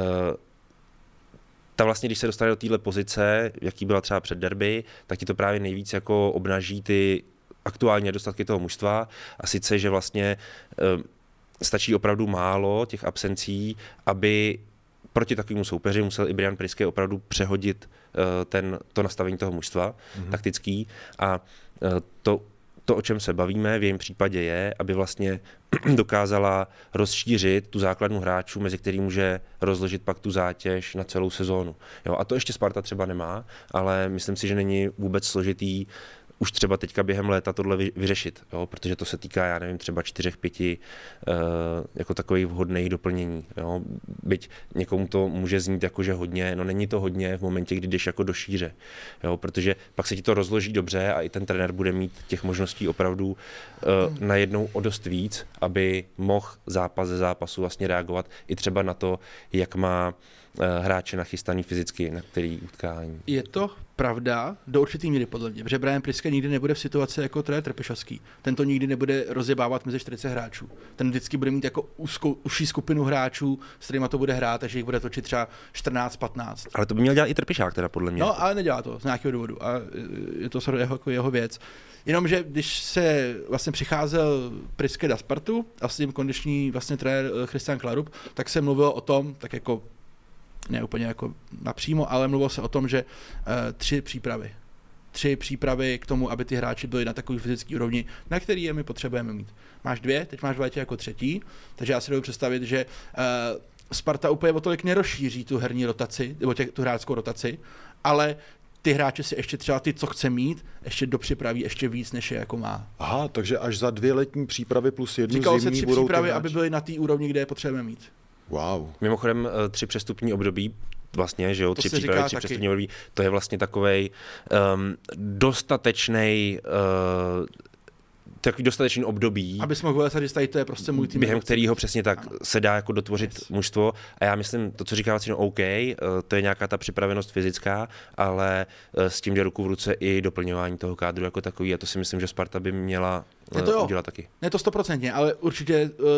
Ta vlastně, když se dostane do téhle pozice, jaký byla třeba před derby, tak ti to právě nejvíc jako obnaží ty aktuální nedostatky toho mužstva. A sice, že vlastně e, stačí opravdu málo těch absencí, aby proti takovému soupeři musel i Brian Priske opravdu přehodit e, ten, to nastavení toho mužstva mm-hmm. taktický. A e, to To, o čem se bavíme v jejím případě je, aby vlastně dokázala rozšířit tu základnu hráčů, mezi který může rozložit pak tu zátěž na celou sezónu. Jo, a to ještě Sparta třeba nemá, ale myslím si, že není vůbec složitý už třeba teďka během léta tohle vyřešit, jo, protože to se týká, já nevím, třeba čtyřech, pěti uh, jako takových vhodných doplnění. Jo. Byť někomu to může znít jako, že hodně, no není to hodně v momentě, kdy jdeš jako do šíře, jo, protože pak se ti to rozloží dobře a i ten trenér bude mít těch možností opravdu uh, najednou o dost víc, aby mohl zápas ze zápasu vlastně reagovat i třeba na to, jak má uh, hráče nachystaný fyzicky na který utkání. Je to pravda do určitý míry podle mě, protože Brian Priske nikdy nebude v situaci jako trenér Trpišovský. Ten to nikdy nebude rozjebávat mezi čtyřicet hráčů. Ten vždycky bude mít jako úzkou, užší skupinu hráčů, s kterými to bude hrát, takže jich bude točit třeba čtrnáct patnáct. Ale to by měl dělat i Trpišák teda podle mě. No, ale nedělá to z nějakého důvodu a je to jeho, jako jeho věc. Jenomže když se vlastně přicházel Priske na Spartu a s ním kondiční vlastně trenér Christian Klarup, tak se mluvilo o tom, tak jako ne úplně jako napřímo, ale mluvilo se o tom, že uh, tři přípravy. Tři přípravy k tomu, aby ty hráči byli na takový fyzický úrovni, na který je my potřebujeme mít. Máš dvě, teď máš v létě jako třetí, takže já si dovedu představit, že uh, Sparta úplně o tolik nerozšíří tu herní rotaci, nebo tě, tu hráčskou rotaci, ale ty hráči si ještě třeba ty, co chce mít, ještě dopřipraví ještě víc, než je jako má. Aha, takže až za dvě letní přípravy plus jednu Říkalo zimní se tři budou přípravy, aby byly na té úrovni, kde je potřebujeme mít. Wow. Mimochodem tři přestupní období, vlastně, že jo, to tři přípravy, tři přestupní období, to je vlastně takovej um, dostatečnej uh, takový dostatečný období, aby jsme mohli říct, tady to je prostě můj tým. Během kterého přesně tak ano. se dá jako dotvořit yes. mužstvo. A já myslím, to, co říká Vacino, OK, to je nějaká ta připravenost fyzická, ale s tím jde ruku v ruce i doplňování toho kádru jako takový. A to si myslím, že Sparta by měla to udělat taky. Ne to stoprocentně, ale určitě uh,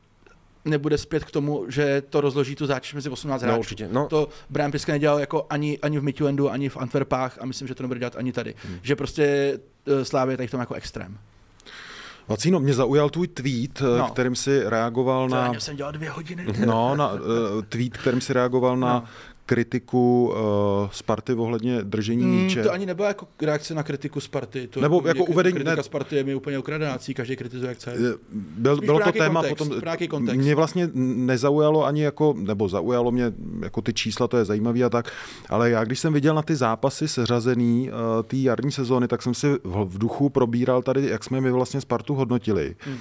nebude zpět k tomu, že to rozloží tu zátěž mezi osmnáct hráčů. No, určitě. No. To Brian Priske nedělal jako ani, ani v Midtjyllandu, ani v Antwerpách a myslím, že to nebude dělat ani tady. Hmm. Že prostě uh, Slavia je tady v tom jako extrém. Vacíno, mě zaujal tvůj tweet, no. kterým si reagoval na... Já jsem dělal dvě hodiny. No, na uh, tweet, kterým si reagoval na no. kritiku uh, Sparty ohledně držení mm, míče. To ani nebyla jako reakce na kritiku Sparty. To Nebo jako uvedení... Kritika ne... Sparty je mi úplně ukradenácí, každý kritizuje, jak chce. Byl, bylo to téma kontext, potom... Mě vlastně nezaujalo ani jako... Nebo zaujalo mě jako ty čísla, to je zajímavý a tak, ale já když jsem viděl na ty zápasy seřazený uh, té jarní sezóny, tak jsem si v, v duchu probíral tady, jak jsme my vlastně Spartu hodnotili. Hmm.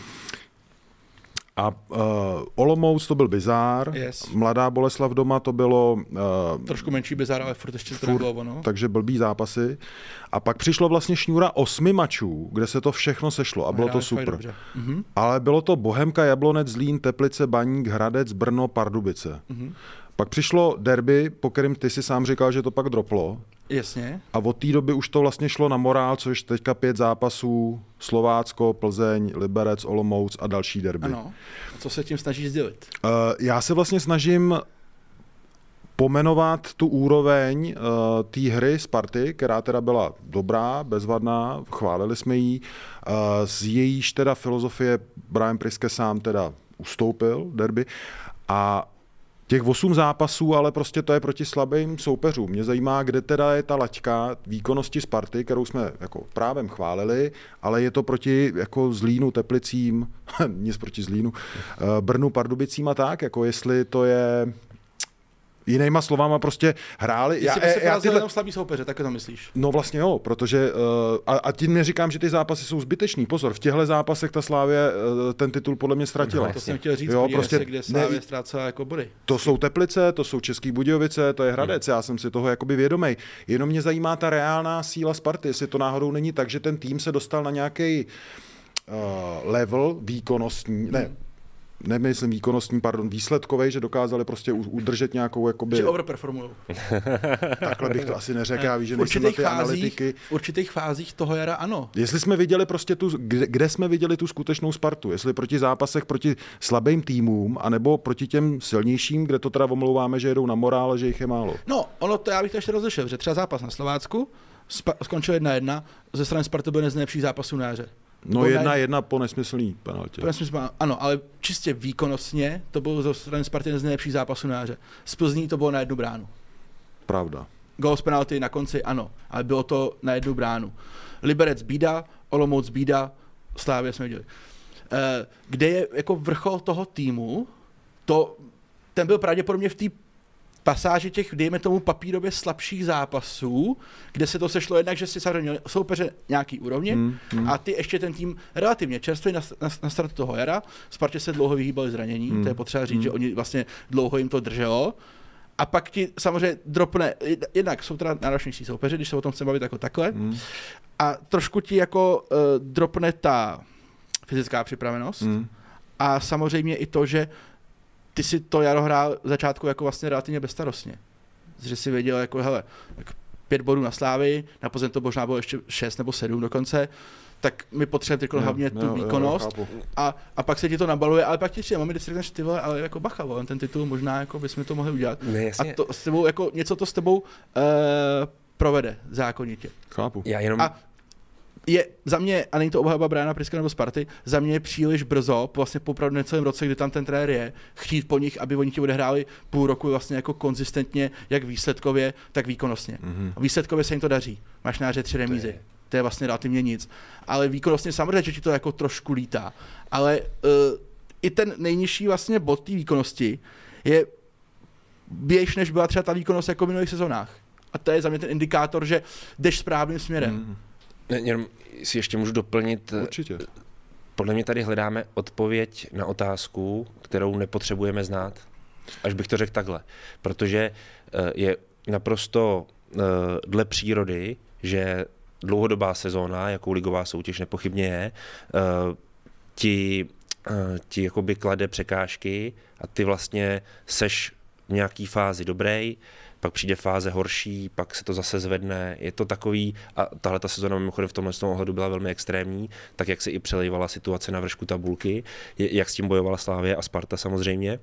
A uh, Olomouc to byl bizár, yes. Mladá Boleslav doma to bylo... Uh, trošku menší bizár, ale furt ještě to nebylo ono. Takže blbý zápasy. A pak přišlo vlastně šňůra osmi mačů, kde se to všechno sešlo a bylo to super. Mm-hmm. Ale bylo to Bohemka, Jablonec, Zlín, Teplice, Baník, Hradec, Brno, Pardubice. Mm-hmm. Pak přišlo derby, po kterém ty si sám říkal, že to pak droplo. Jasně. A od té doby už to vlastně šlo na morál, což teďka pět zápasů, Slovácko, Plzeň, Liberec, Olomouc a další derby. Ano. A co se tím snažíš sdělit? Uh, já se vlastně snažím pomenovat tu úroveň uh, té hry Sparty, která teda byla dobrá, bezvadná, chválili jsme ji. Uh, z jejíž teda filozofie Brian Priske sám teda ustoupil derby a Těch osm zápasů, ale prostě to je proti slabým soupeřům. Mě zajímá, kde teda je ta laťka výkonnosti Sparty, kterou jsme jako právem chválili, ale je to proti jako Zlínu, Teplicím, nic proti Zlínu, Brnu, Pardubicím a tak, jako jestli to je... Jinýma slovama prostě hráli. Jestli by se porazil tyhle... jenom slabý soupeře, tak to myslíš? No vlastně jo, protože uh, a, a tím neříkám, že ty zápasy jsou zbytečný. Pozor, v těchto zápasech ta Slávě uh, ten titul podle mě ztratila. No, to jsem chtěl říct, jo, prostě, se, kde Slávě ztrácela jako body. To jsou Teplice, to jsou Český Budějovice, to je Hradec, já jsem si toho jakoby vědomej. Jenom mě zajímá ta reálná síla Sparty, jestli to náhodou není tak, že ten tým se dostal na nějaký uh, level výkonnostní, ne, nemyslím výkonnostní, pardon, výsledkovej, že dokázali prostě udržet nějakou jakoby... Že overperformujou. Takhle bych to asi neřekl, já víš, že v nejsem na ty fázích, analytiky. V určitých fázích toho jara ano. Jestli jsme viděli prostě tu, kde, kde jsme viděli tu skutečnou Spartu, jestli proti zápasech, proti slabým týmům, anebo proti těm silnějším, kde to teda omlouváme, že jedou na morál, že jich je málo. No, ono to já bych to ještě rozlišil, že třeba zápas na Slovácku spa- skončil jedna jedna, ze strany Sparty byl jeden z nejlepších zápasů na jaře. No jedna jedna po nesmyslný penaltě. Po nesmyslný, ano, ale čistě výkonnostně to byl ze strany Sparty jeden z nejlepších zápasů na jaře. Z Plzní to bylo na jednu bránu. Pravda. Gól z penalty na konci, ano, ale bylo to na jednu bránu. Liberec bída, Olomouc bída, Slávě jsme viděli. E, kde je jako vrchol toho týmu, to, ten byl pravděpodobně v té pasáži těch, dejme tomu, papírově slabších zápasů, kde se to sešlo jednak, že si samozřejmě soupeře nějaký úrovně hmm, hmm. a ty ještě ten tým relativně čerstvý na, na, na start toho jara. Spartě se dlouho vyhýbali zranění, hmm. to je potřeba říct, hmm. že oni vlastně dlouho jim to drželo. A pak ti samozřejmě dropne, jednak jsou teda náročnější soupeři, když se o tom chceme bavit jako takhle, hmm. a trošku ti jako uh, dropne ta fyzická připravenost hmm. a samozřejmě i to, že ty si to jaro hrál v začátku jako vlastně relativně bezstarostně. Že si věděl, jako hele, tak pět bodů na Slávy, na Plzeň to možná bylo ještě šest nebo sedm dokonce, tak my potřebujeme tyko hlavně tu jo, výkonnost jo, a, a pak se ti to nabaluje, ale pak ti přijde moment, kdy si řekneš, ty vole, ale jako bacha, vole, ten titul možná jako bychom to mohli udělat. Ne, a to s tebou, jako něco to s tebou uh, provede zákonitě. Chápu. Já jenom... A je za mě, a není to obhajoba Briana Priska nebo Sparty, za mě je příliš brzo, vlastně popravdu necelém roce, kdy tam ten trenér je, chtít po nich, aby oni ti odehráli půl roku vlastně jako konzistentně, jak výsledkově, tak výkonnostně. Mm-hmm. Výsledkově se jim to daří. Máš na hře tři remízy. To je, to je vlastně relativně nic. Ale výkonnostně samozřejmě, že ti to jako trošku lítá. Ale uh, i ten nejnižší vlastně bod té výkonnosti je běž, než byla třeba ta výkonnost jako v minulých sezónách. A to je za mě ten indikátor, že jdeš správným směrem. Mm. Ne, jenom si ještě můžu doplnit. Určitě. Podle mě tady hledáme odpověď na otázku, kterou nepotřebujeme znát. Až bych to řekl takhle. Protože je naprosto dle přírody, že dlouhodobá sezóna, jakou ligová soutěž nepochybně je, ti, ti jakoby klade překážky a ty vlastně seš v nějaký fázi dobrý, pak přijde fáze horší, pak se to zase zvedne. Je to takový, a tahle ta sezona mimochodem v tomhle ohledu byla velmi extrémní, tak jak se i přelejvala situace na vršku tabulky, jak s tím bojovala Slavie a Sparta samozřejmě,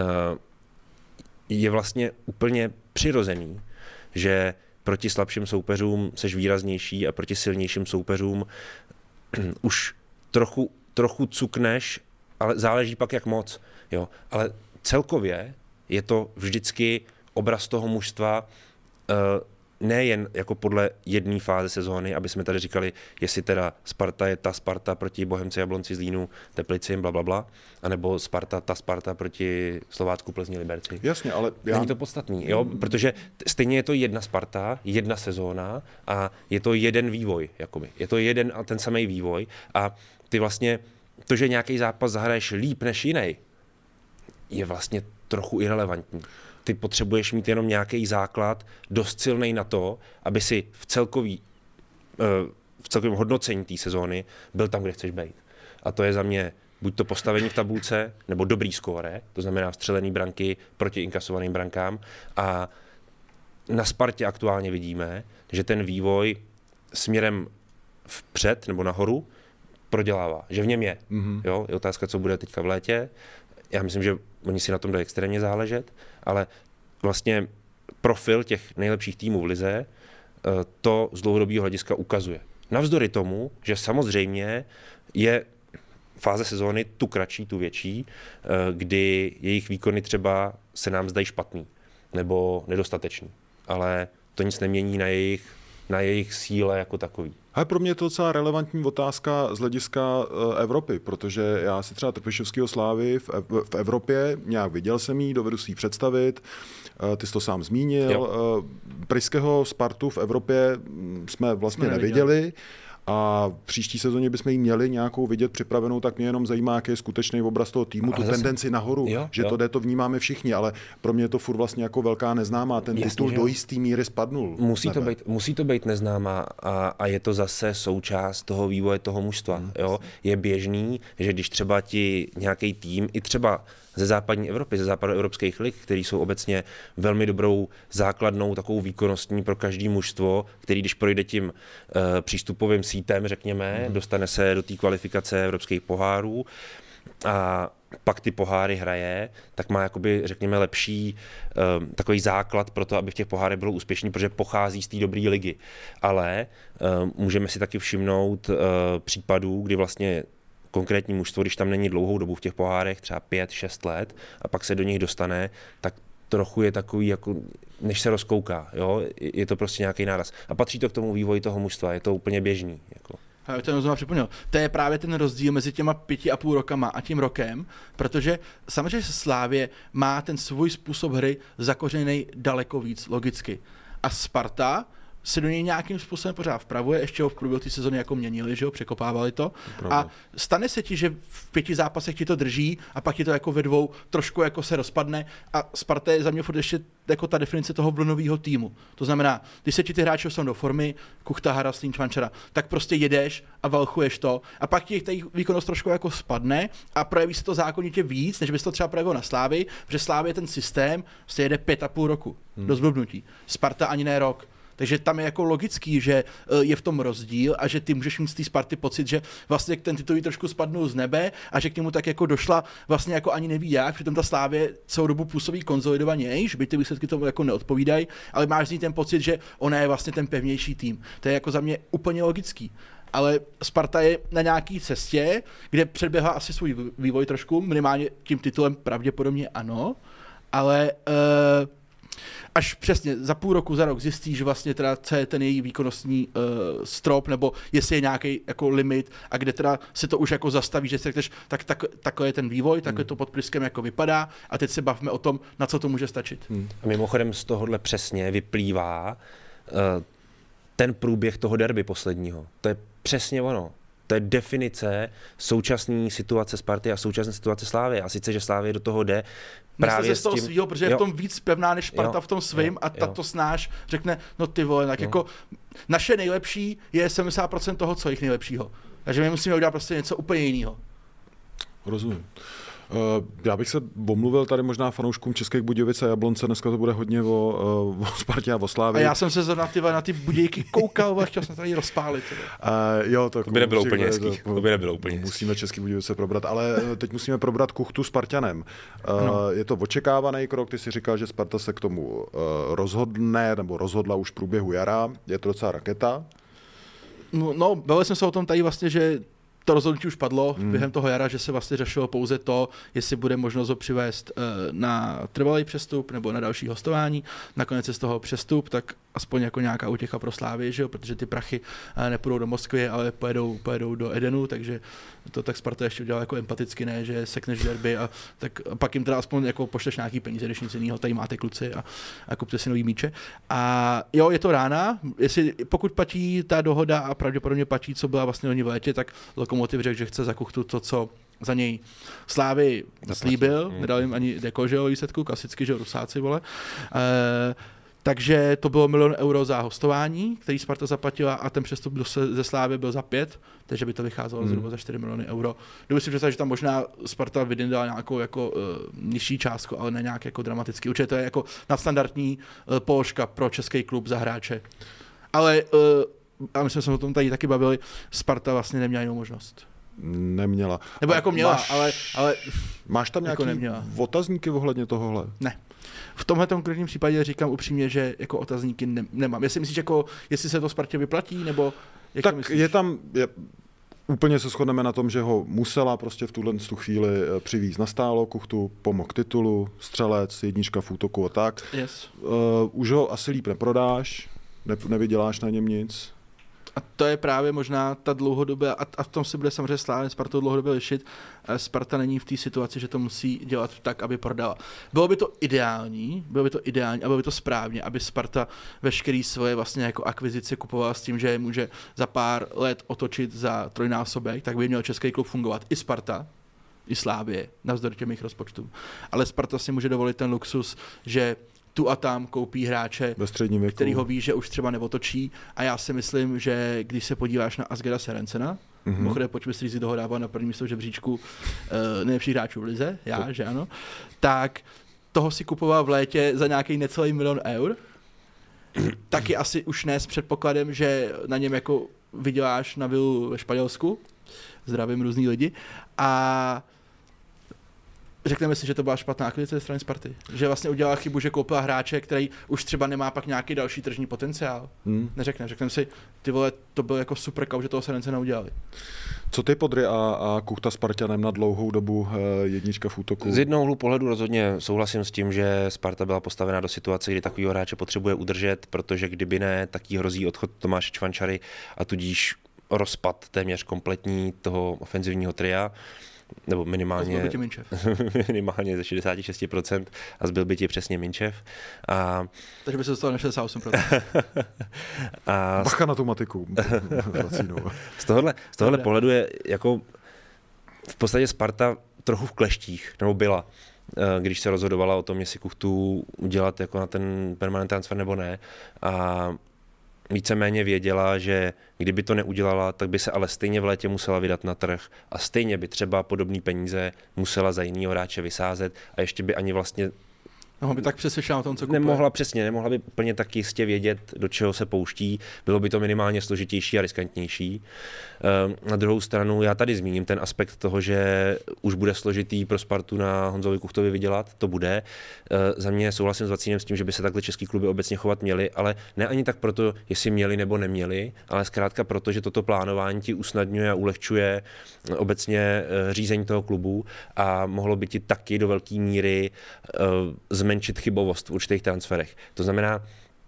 je vlastně úplně přirozený, že proti slabším soupeřům seš výraznější a proti silnějším soupeřům už trochu, trochu cukneš, ale záleží pak jak moc. Jo. Ale celkově je to vždycky obraz toho mužstva nejen jako podle jedné fáze sezóny, aby jsme tady říkali, jestli teda Sparta je ta Sparta proti Bohemce, Jablonci, Zlínu, Teplicím, blablabla, anebo Sparta ta Sparta proti Slovácku, Plzni, Liberci. Jasně, ale já... Není to podstatný, jo? Protože stejně je to jedna Sparta, jedna sezóna a je to jeden vývoj, jakoby. Je to jeden a ten samý vývoj a ty vlastně, to, že nějaký zápas zahraješ líp než jiný, je vlastně trochu irelevantní. Ty potřebuješ mít jenom nějaký základ, dost silnej na to, aby si v celkový, v celkovém hodnocení té sezóny byl tam, kde chceš být. A to je za mě buď to postavení v tabulce, nebo dobrý skóre, to znamená vstřelený branky proti inkasovaným brankám. A na Spartě aktuálně vidíme, že ten vývoj směrem vpřed nebo nahoru prodělává, že v něm je. Mm-hmm. Jo? Je otázka, co bude teďka v létě. Já myslím, že oni si na tom dají extrémně záležet, ale vlastně profil těch nejlepších týmů v lize to z dlouhodobého hlediska ukazuje. Navzdory tomu, že samozřejmě je fáze sezóny, tu kratší, tu větší, kdy jejich výkony třeba se nám zdají špatný nebo nedostatečný, ale to nic nemění na jejich, na jejich síle jako takový. A pro mě je to docela relevantní otázka z hlediska Evropy, protože já si třeba Trpišovského Slávy v, v Evropě nějak viděl jsem jí, dovedu si ji představit, ty jsi to sám zmínil. Jo. Pryského Spartu v Evropě jsme vlastně jsme neviděli. neviděli. A v příští sezóně bychom jí měli nějakou vidět připravenou, tak mě jenom zajímá, jaký je skutečný obraz toho týmu, tu tendenci nahoru, jo, že jo. to jde, to vnímáme všichni, ale pro mě je to furt vlastně jako velká neznámá, ten Jasně, titul do jistý míry spadnul. Musí to, být, musí to být neznámá a, a je to zase součást toho vývoje toho mužstva. Hmm, jo? Je běžný, že když třeba ti nějaký tým, i třeba ze západní Evropy, ze západoevropských lig, který jsou obecně velmi dobrou základnou, takovou výkonnostní pro každý mužstvo, který když projde tím uh, přístupovým sítem, řekněme, mm. dostane se do té kvalifikace evropských pohárů a pak ty poháry hraje, tak má jakoby, řekněme, lepší um, takový základ pro to, aby v těch pohárech bylo úspěšný, protože pochází z té dobré ligy. Ale um, můžeme si taky všimnout uh, případů, kdy vlastně konkrétní mužstvo, když tam není dlouhou dobu v těch pohárech, třeba pět, šest let, a pak se do nich dostane, tak trochu je takový, jako, než se rozkouká. Jo? Je to prostě nějaký náraz. A patří to k tomu vývoji toho mužstva, je to úplně běžný. Jako. A já to znovu připomněl. To je právě ten rozdíl mezi těma pěti a půl rokama a tím rokem, protože samozřejmě Slávě má ten svůj způsob hry zakořeněný daleko víc, logicky. A Sparta se do něj nějakým způsobem pořád vpravuje, ještě ho v průběhu té sezóny jako měnili, že jo, překopávali to. to a stane se ti, že v pěti zápasech ti to drží a pak ti to jako ve dvou trošku jako se rozpadne a Sparta je za mě furt ještě jako ta definice toho vlnového týmu. To znamená, když se ti ty hráči dostanou do formy, Kuchta, Haraslín, Čvančara, tak prostě jedeš a valchuješ to a pak ti ta výkonnost trošku jako spadne a projeví se to zákonitě víc, než bys to třeba projevil na Slávy, protože Slávy je ten systém, prostě jede pět a půl roku hmm. do zblbnutí. Sparta ani ne rok. Takže tam je jako logický, že je v tom rozdíl a že ty můžeš mít z té Sparty pocit, že vlastně ten titulový trošku spadnul z nebe a že k němu tak jako došla vlastně jako ani neví jak, přitom ta Slávě celou dobu působí konsolidovanější, byť ty výsledky tomu jako neodpovídají, ale máš z ní ten pocit, že ona je vlastně ten pevnější tým. To je jako za mě úplně logický. Ale Sparta je na nějaký cestě, kde předběhla asi svůj vývoj trošku, minimálně tím titulem pravděpodobně ano, ale uh, až přesně za půl roku, za rok zjistíš, že vlastně teda co je ten její výkonnostní uh, strop, nebo jestli je nějaký jako limit a kde teda se to už jako zastaví, že si řekneš, tak, tak takhle je ten vývoj, takhle to pod Pryskem jako vypadá a teď se bavíme o tom, na co to může stačit. Hmm. A mimochodem z tohohle přesně vyplývá uh, ten průběh toho derby posledního. To je přesně ono. To je definice současné situace Sparty a současné situace Slávy. A sice, že Slávy do toho jde právě z toho tím... svýho, protože jo. je v tom víc pevná než Sparta jo. v tom svým jo. a ta to snáš řekne, no ty vole, tak jo. jako naše nejlepší je sedmdesát procent toho, co jich nejlepšího. Takže my musíme udělat prostě něco úplně jiného. Rozumím. Uh, já bych se omluvil tady možná fanouškům Českých Budějovic a Jablonce, dneska to bude hodně o, uh, o Spartě a o Slávii. A já jsem se na ty, na ty Budějky koukal a chtěl jsem tady rozpálit. Uh, jo, to, to by nebylo úplně hezký. To by nebylo úplně Musíme Český Budějovice probrat, ale teď musíme probrat Kuchtu Spartanem. Uh, no. Je to očekávaný krok, ty si říkal, že Sparta se k tomu uh, rozhodne, nebo rozhodla už v průběhu jara. Je to docela raketa? No, no bavili jsme se o tom tady vlastně, že to rozhodnutí už padlo hmm. během toho jara, že se vlastně řešilo pouze to, jestli bude možnost ho přivést uh, na trvalý přestup nebo na další hostování. Nakonec je z toho přestup, tak aspoň jako nějaká útěcha pro Slávy, že jo? Protože ty prachy uh, nepůjdou do Moskvy, ale pojedou, pojedou do Edenu, takže to tak Sparta ještě udělala jako empaticky, ne, že sekneš derby a tak a pak jim teda aspoň jako pošleš nějaký peníze, když nic jiného, tady máte kluci a, a kupte si nový míče. A jo, je to rána, jestli, pokud platí ta dohoda a pravděpodobně platí, co byla vlastně oni v létě, tak Lokomotiv řekl, že chce za Kuchtu to, co za něj Slávy slíbil, mm. nedal jim ani deko, že jo, výsledku, klasicky, že jo, Rusáci, vole. E, takže to bylo milion euro za hostování, který Sparta zaplatila a ten přestup ze Slávy byl za pět, takže by to vycházelo mm. zhruba za čtyři miliony euro. Kdyby si představit, že tam možná Sparta vydala nějakou jako uh, nižší částku, ale ne nějak jako dramaticky. Určitě to je jako nadstandardní uh, položka pro český klub za hráče. Ale uh, a my jsme se o tom tady taky bavili, Sparta vlastně neměla jinou možnost. Neměla. Nebo jako měla, máš, ale, ale... Máš tam nějaký jako otazníky ohledně tohohle? Ne. V tomhle konkrétním případě říkám upřímně, že jako otazníky ne, nemám. Jestli myslíš, jako, jestli se to Spartě vyplatí, nebo jak tak to myslíš? je tam... Je... Úplně se shodneme na tom, že ho musela prostě v tuhle tu chvíli přivízt na stálo, Kuchtu pomohl titulu, střelec, jednička v útoku a tak. Yes. Uh, už ho asi líp neprodáš, ne, nevyděláš na něm nic. A to je právě možná ta dlouhodobá, a, a v tom si bude samozřejmě Slávě Spartu dlouhodobě lišit. Sparta není v té situaci, že to musí dělat tak, aby prodala. Bylo by to ideální, bylo by to ideální a bylo by to správně, aby Sparta veškerý svoje vlastně jako akvizice kupovala s tím, že je může za pár let otočit za trojnásobek, tak by měl český klub fungovat. I Sparta, i Slávě, navzdory těm jejich rozpočtům. Ale Sparta si může dovolit ten luxus, že tu a tam koupí hráče, který ho ví, že už třeba neotočí. A já si myslím, že když se podíváš na Asgera Serencena, mm-hmm. Mochodem pojďme si toho dává na první místo v žebříčku uh, nejlepších hráčů v lize, já, to. že ano, tak toho si kupoval v létě za nějaký necelý milion eur, taky asi už ne s předpokladem, že na něm jako vyděláš na vilu ve Španělsku, zdravím různý lidi, a řekneme si, že to byla špatná akvizice ze strany Sparty. Že vlastně udělala chybu, že koupila hráče, který už třeba nemá pak nějaký další tržní potenciál. Hmm. Neřekne. Řekneme si, ty vole, to byl jako super kau, že toho Serencena neudělali. Co ty Podry a, a Kuchta Spartanem na dlouhou dobu jednička v útoku? Z jednoho úhlu pohledu rozhodně souhlasím s tím, že Sparta byla postavena do situace, kdy takovýho hráče potřebuje udržet, protože kdyby ne, tak jí hrozí odchod Tomáše Čvančary a tudíž rozpad téměř kompletní toho ofenzivního tria. Nebo minimálně, minimálně ze šedesát šest procent a zbyl by ti přesně Minčev. A, takže by se dostal na šedesát osm procent. a Bacha na tu matiku. z tohohle, z tohohle pohledu je jako v podstatě Sparta trochu v kleštích, nebo byla, když se rozhodovala o tom, jestli Kuchtu udělat jako na ten permanent transfer nebo ne. A víceméně věděla, že kdyby to neudělala, tak by se ale stejně v létě musela vydat na trh a stejně by třeba podobné peníze musela za jinýho hráče vysázet a ještě by ani vlastně Mohla by tak přesvědčila o tom, co kupuje. Nemohla přesně, nemohla by úplně tak jistě vědět, do čeho se pouští. Bylo by to minimálně složitější a riskantnější. Na druhou stranu já tady zmíním ten aspekt toho, že už bude složitý pro Spartu na Honzovi Kuchtovi vydělat, to bude. Za mě souhlasím s Vacínem s tím, že by se takhle český kluby obecně chovat měly, ale ne ani tak proto, jestli měli nebo neměli, ale zkrátka proto, že toto plánování ti usnadňuje a ulehčuje obecně řízení toho klubu a mohlo by ti taky do velké míry zmenšit chybovost v určitých transferech. To znamená,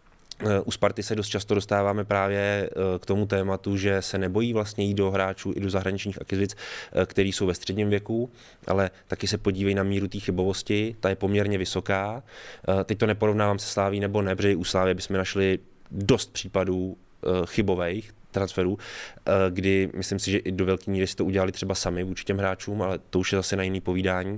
u Sparty se dost často dostáváme právě k tomu tématu, že se nebojí vlastně jít do hráčů i do zahraničních akvizic, který jsou ve středním věku, ale taky se podívej na míru té chybovosti, ta je poměrně vysoká. Teď to neporovnávám se Sláví nebo ne, protože u Slávy bychom našli dost případů chybových transferů, kdy myslím si, že i do velké míry si to udělali třeba sami vůči těm hráčům, ale to už je zase na jiný povídání.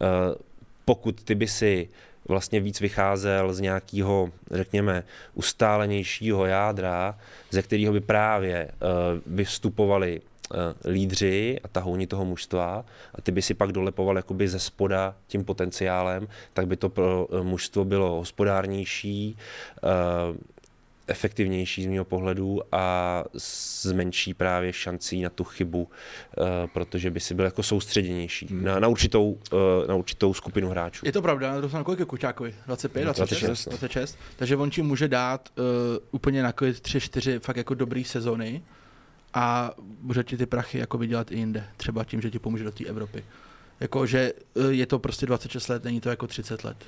Pokud ty by si vlastně víc vycházel z nějakého, řekněme, ustálenějšího jádra, ze kterého by právě uh, vystupovali uh, lídři a tahouni toho mužstva a ty by si pak dolepoval jakoby ze spoda tím potenciálem, tak by to pro uh, mužstvo bylo hospodárnější, uh, efektivnější z mého pohledu a zmenší právě šancí na tu chybu, uh, protože by si byl jako soustředěnější hmm. na, na, určitou, uh, na určitou skupinu hráčů. Je to pravda, na druhou kolik je Kuťákovi? dvacet pět, dvacet šest, dvacet šest. Takže on ti může dát uh, úplně na tři čtyři fakt jako dobrý sezony a může ti ty prachy jako vydělat i jinde. Třeba tím, že ti pomůže do té Evropy. Jako, že uh, je to prostě dvacet šest let, není to jako třicet let.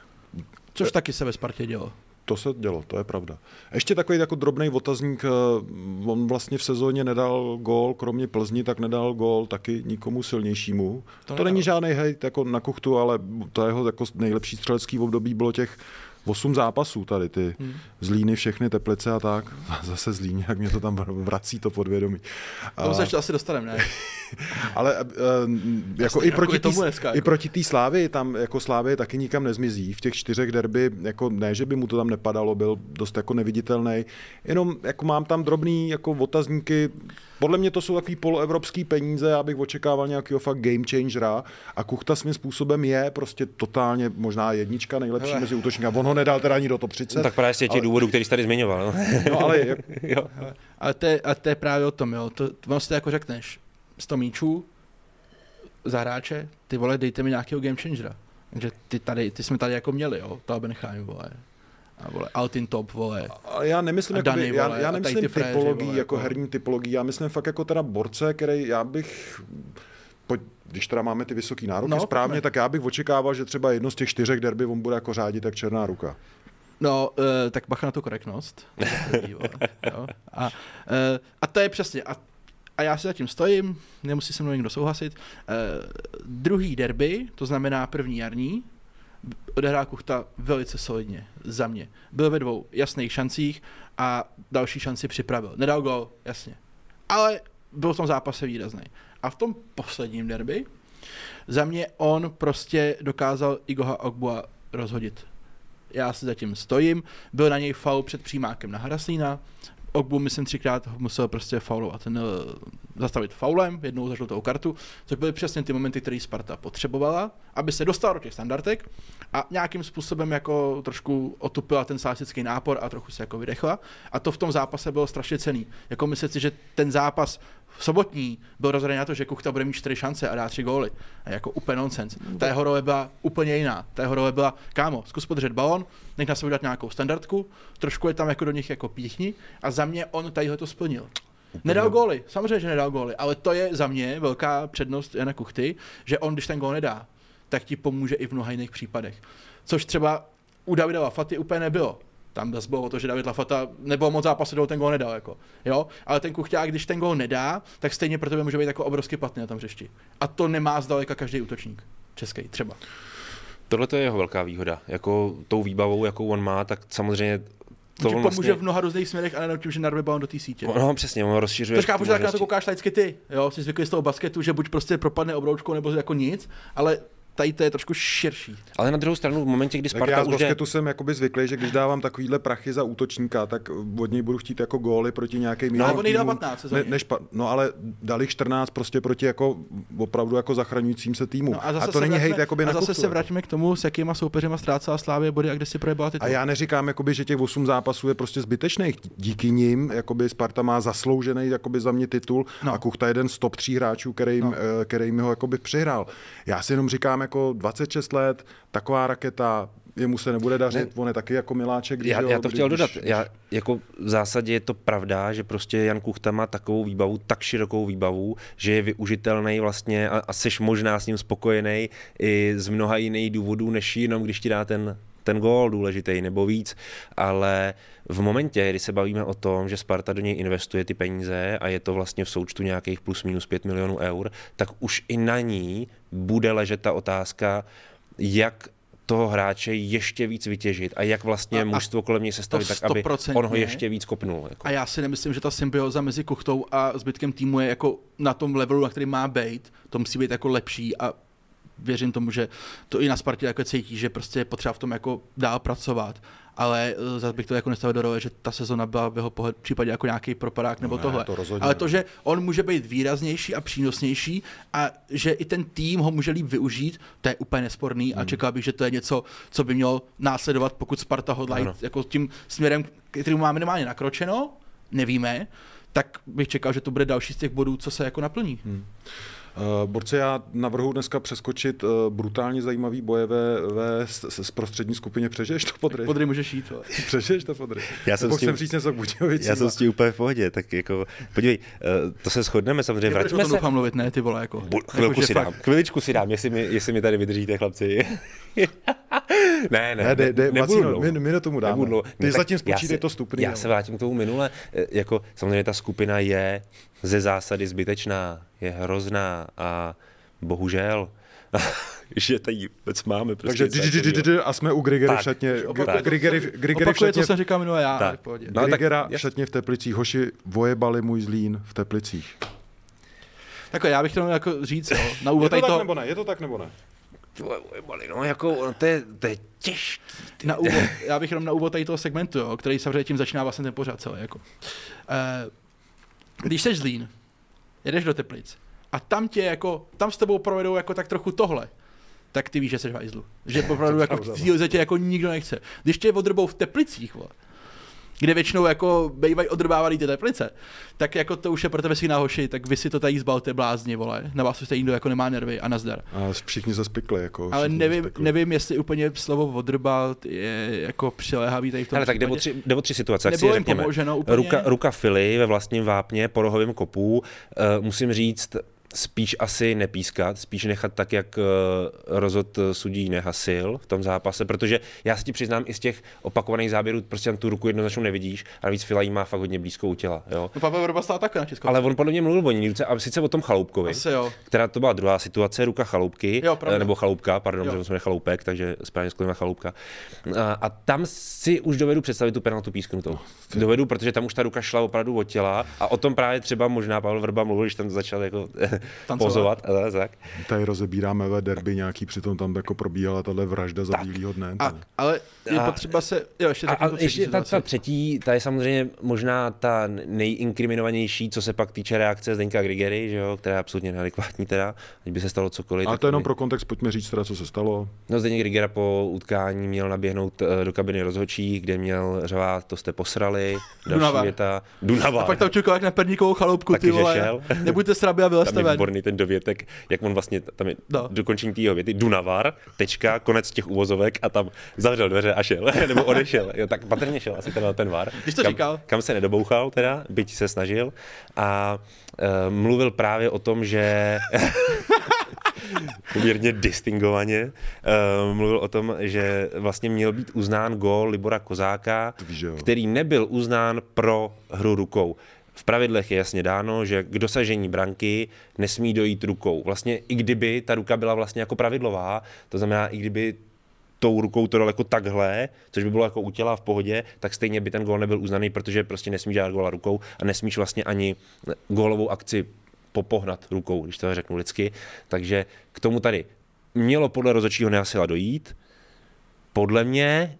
Což taky se ve Spartě dělo. To se dělo, to je pravda. Ještě takový jako drobný otazník, on vlastně v sezóně nedal gól, kromě Plzni, tak nedal gól taky nikomu silnějšímu. To, to není žádný hejt jako na Kuchtu, ale to jeho jako nejlepší střelecký období bylo těch osm zápasů tady, ty hmm. Zlíny, všechny Teplice a tak. Zase Zlín, jak mě to tam vrací to podvědomí. To se ještě asi dostaneme, ne? Ale uh, jako i proti, tý, dneska, i jako. proti té Slávy, tam jako Slávy taky nikam nezmizí. V těch čtyřech derby, jako ne, že by mu to tam nepadalo, byl dost jako neviditelný. Jenom jako mám tam drobný jako otazníky. Podle mě to jsou takový poloevropský peníze, abych očekával nějakého fakt game changera a Kuchta svým způsobem je prostě totálně možná jednička nejlepší Hele. mezi útočníky. On ho nedal teda ani do top třicet. No, tak právě z těch ale... důvodů, který jsi tady zmiňoval. No, no ale... jo. Ale to, je, a to je právě o tom, jo. To, to si jako řekneš, sto míčů za hráče, ty vole, dejte mi nějakého game changera. Takže ty tady, ty jsme tady jako měli, jo, to Benchheim, vole. A vole, Altin Top, vole. A já nemyslím, A Dany, jakoby, já, vole, já a nemyslím tady ty fréři, typologii, vole, jako jako- herní typologii, já myslím fakt jako teda borce, který já bych, pojď, když teda máme ty vysoký nároky No, správně, pojďme. tak já bych očekával, že třeba jedno z těch čtyřek derby on bude jako řádit tak černá ruka. No, uh, tak bacha na tu korektnost. jo. A, uh, a to je přesně. A, a já si zatím stojím, nemusí se mnou někdo souhlasit. Uh, druhý derby, to znamená první jarní, odehrál Kuchta velice solidně, za mě. Byl ve dvou jasných šancích a další šanci připravil. Nedal gol, jasně. Ale byl v tom zápase výrazný. A v tom posledním derby za mě on prostě dokázal Igoha Ogbua rozhodit. Já si zatím stojím, byl na něj faul před přímákem na Haraslína, Ogbu myslím třikrát ho musel prostě faulovat, ten, zastavit faulem, jednou za žlutou kartu, což byly přesně ty momenty, které Sparta potřebovala, aby se dostala do těch standardek a nějakým způsobem jako trošku otupila ten sásický nápor a trochu se jako vydechla. A to v tom zápase bylo strašně cenný. Jako myslet si, že ten zápas sobotní byl rozhodný na to, že Kuchta bude mít čtyři šance a dá tři góly. A jako úplně nonsense. Ta jeho role byla úplně jiná. Ta jeho role byla, kámo, zkus podržet balon, nech na sebe dát nějakou standardku, trošku je tam jako do nich jako píchni a za mě on tadyhle to splnil. Nedal góly, samozřejmě, že nedal góly, ale to je za mě velká přednost Jana Kuchty, že on, když ten gól nedá, tak ti pomůže i v mnoha jiných případech. Což třeba u Davida Lafaty úplně nebylo. Tam zase bylo o to, že David Lafata nebylo moc zápasu, kde ten gól nedal. Jako. Jo? Ale ten Kuchťák, když ten gól nedá, tak stejně pro tebe může být jako obrovský platný na tom hřišti. A to nemá zdaleka každý útočník. Český třeba. Tohle to je jeho velká výhoda. Jako tou výbavou, jakou on má, tak samozřejmě To ti pomůže vlastně v mnoha různých směrech a nejenom tím, že narve balon do té sítě. No přesně, on rozšiřuje. To říká, že tak na to koukáš laicky ty, jo, jsi zvyklý z toho basketu, že buď prostě propadne obroučkou nebo jako nic, ale tady to je trošku širší. Ale na druhou stranu v momentě, kdy Tak Sparta já z už basketu je... jsem jakoby zvyklý, že když dávám takovýhle prachy za útočníka, tak od něj budu chtít jako góly proti nějakým No, jiným on jí dal týmům. patnáct Ne, sezóně. než pa, no ale dali čtrnáct prostě proti jako opravdu jako zachraňujícím se týmu. No a, zase a to se není vraťme- hejt jakoby a na zase Kuchtu, se jako. vrátíme k tomu, s jakýma soupeřema ztrácela Slávě body a kde si projebala titul. A já neříkám, jakoby, že těch osm zápasů je prostě zbytečných. Díky nim jakoby Sparta má zasloužený jakoby za mě titul No. a Kuchta je jeden z top tří hráčů, který jim, No. eh, který jim ho jakoby přihrál. Já si jenom říkám, jako dvacet šest let, taková raketa, jemu se nebude dařit, Ne. on je taky jako miláček. Když Já, ho- já to když- chtěl když- dodat. Já, jako v zásadě je to pravda, že prostě Jan Kuchta má takovou výbavu, tak širokou výbavu, že je využitelný vlastně a, a seš možná s ním spokojený i z mnoha jiných důvodů, než jenom když ti dá ten, ten gól důležitý nebo víc, ale v momentě, kdy se bavíme o tom, že Sparta do něj investuje ty peníze a je to vlastně v součtu nějakých plus minus pět milionů eur, tak už i na ní bude ležet ta otázka, jak toho hráče ještě víc vytěžit a jak vlastně A- a mužstvo kolem něj sestavit to tak, aby stoprocentně. on ho ještě víc kopnul. Jako. A já si nemyslím, že ta symbioza mezi Kuchtou a zbytkem týmu je jako na tom levelu, na který má být. To musí být jako lepší a věřím tomu, že to i na Spartě jako cítí, že prostě je potřeba v tom jako dál pracovat. Ale uh, zase bych to jako nestavil do role, že ta sezona byla v jeho pohled, případě jako nějaký propadák nebo ne, tohle. to rozhodně Ale ne. to, že on může být výraznější a přínosnější a že i ten tým ho může líp využít, to je úplně nesporný a čekal bych, že to je něco, co by mělo následovat, pokud Sparta hodlá jít Ano. jako tím směrem, který máme minimálně nakročeno, nevíme, tak bych čekal, že to bude další z těch bodů, co se jako naplní. Hmm. Uh, borci, já navrhu dneska přeskočit uh, brutálně zajímavý boje ve, ve s, s prostřední skupině. Přežiješ to, Podry? Podry můžeš jít. Ale. Přežiješ to, Podry? Já jsem Nebo s tím- chcem říct něco k Budějovicím. Já jsem s tím úplně v pohodě, tak jako, podívej, uh, to se shodneme samozřejmě, Nebudeš o vraťme tom se. doufám mluvit, ne, ty vole, jako. Bu- chvilku jako, si že dám, chviličku si dám, jestli mi, jestli mi tady vydržíte, chlapci. ne, ne, Ne, dej, dej, nebudu Vacíno, dlouho. my, my tomu dáme. Nebudu dlouho. Ty No, zatím tak já spočítej se- to stupný. Já jo. se vrátím k tomu minule. E, Jako, samozřejmě ta skupina je ze zásady zbytečná, je hrozná a bohužel, že tady vůbec máme. Takže Prostě di- di- di- di- di- a jsme u Grigery Tak, v šatně. opakuje to, Grigery, co- Grigery v Opakuje, co šatně, jsem říkal minule já, Tak. v pohodě. No, tak Grigera v jasně. šatně v Teplicích. Hoši, vojebali můj Zlín v Teplicích. Takhle, já bych to jako říct, jo, na Je úvod to tady tak to, nebo ne? Je to tak nebo ne? No jako, to je, to je těžký. ty. na úvod, já bych jenom na úvod tady toho segmentu, jo, který samozřejmě tím začíná vlastně ten pořad celý, jako. Eh, když seš Zlín, jedeš do Teplic a tam tě jako, tam s tebou provedou jako tak trochu tohle, tak ty víš, že seš v hajzlu. Že opravdu jako v té lize tě jako nikdo nechce. Když tě odrbou v Teplicích, vole, kde většinou jako bývají odrbávaný ty Teplice, tak jako to už je pro tebe si na hoši, tak vy si to tady zbalte blázni, vole, na vás už tady nikdo jako nemá nervy a nazdar. A všichni se spikli, jako. Ale nevím, nevím, jestli úplně slovo odrbal je jako přiléhavý tady v tom. Ale tak jde o tři, jde o tři situace, jak si Nebylo jim řekněme. pomoženo úplně. Ruka, ruka Fily ve vlastním vápně, po rohovém kopu, uh, musím říct, spíš asi nepískat, spíš nechat tak, jak uh, rozhod sudí Nehasil v tom zápase, protože já si ti přiznám i z těch opakovaných záběrů, prostě tam tu ruku jednoznačně nevidíš, a navíc Fila jí má fakt hodně blízko u těla. Jo? No Pavel Vrba stál takhle na Českou. Ale on podle mě mluvil o ní ruce, a sice o tom Chaloupkovi, Asi jo. která to byla druhá situace, ruka Chaloupky, Jo, nebo Chaloupka, pardon, jo. že jsme Chaloupek, takže správně skloněna Chaloupka. A, a tam si už dovedu představit tu penaltu písknutou. No, dovedu, protože tam už ta ruka šla opravdu od těla, a o tom právě třeba možná Pavel Vrba mluvil, když tam začal jako pozovat. A tak. Tady rozebíráme ve derby nějaký, přitom tam jako probíhala tahle vražda za bílýho dne. A, ale je A- potřeba se, jo, ještě A, řekni a tu ještě ta, situaci. ta třetí, ta je samozřejmě možná ta nejinkriminovanější, co se pak týče reakce Zdeňka Grigery, že jo, která je absolutně neadekvátní teda, ať by se stalo cokoliv. Ale tak to jenom by- pro kontext, pojďme říct teda, co se stalo. No, Zdeněk Grigera po utkání měl naběhnout eh, do kabiny rozhodčí, kde měl řvát, to jste posrali, další Dunavar. věta, Dunavar. A pak tam čukal jak na perníkovou chaloupku, Taky, ty že vole. šel. Nebuďte sraby a Tam je vylezte ven. výborný ten dovětek, jak on vlastně, tam je No. no. dokončení té jeho věty, Dunavar, tečka, konec těch uvozovek, a tam zavřel dveře a šel, nebo odešel. Jo, tak patrně šel asi ten na ten var. Když to kam, říkal. Kam se nedobouchal teda, byť se snažil, a uh, mluvil právě o tom, že poměrně distingovaně uh, mluvil o tom, že vlastně měl být uznán gól Libora Kozáka, víš, že jo. který nebyl uznán pro hru rukou. V pravidlech je jasně dáno, že k dosažení branky nesmí dojít rukou. Vlastně i kdyby ta ruka byla vlastně jako pravidlová, to znamená, i kdyby tou rukou to dal jako takhle, což by bylo jako u těla v pohodě, tak stejně by ten gól nebyl uznaný, protože prostě nesmíš dát góla rukou a nesmíš vlastně ani gólovou akci popohnat rukou, když to řeknu lidsky. Takže k tomu tady mělo podle rozhodčího Nehasila dojít. Podle mě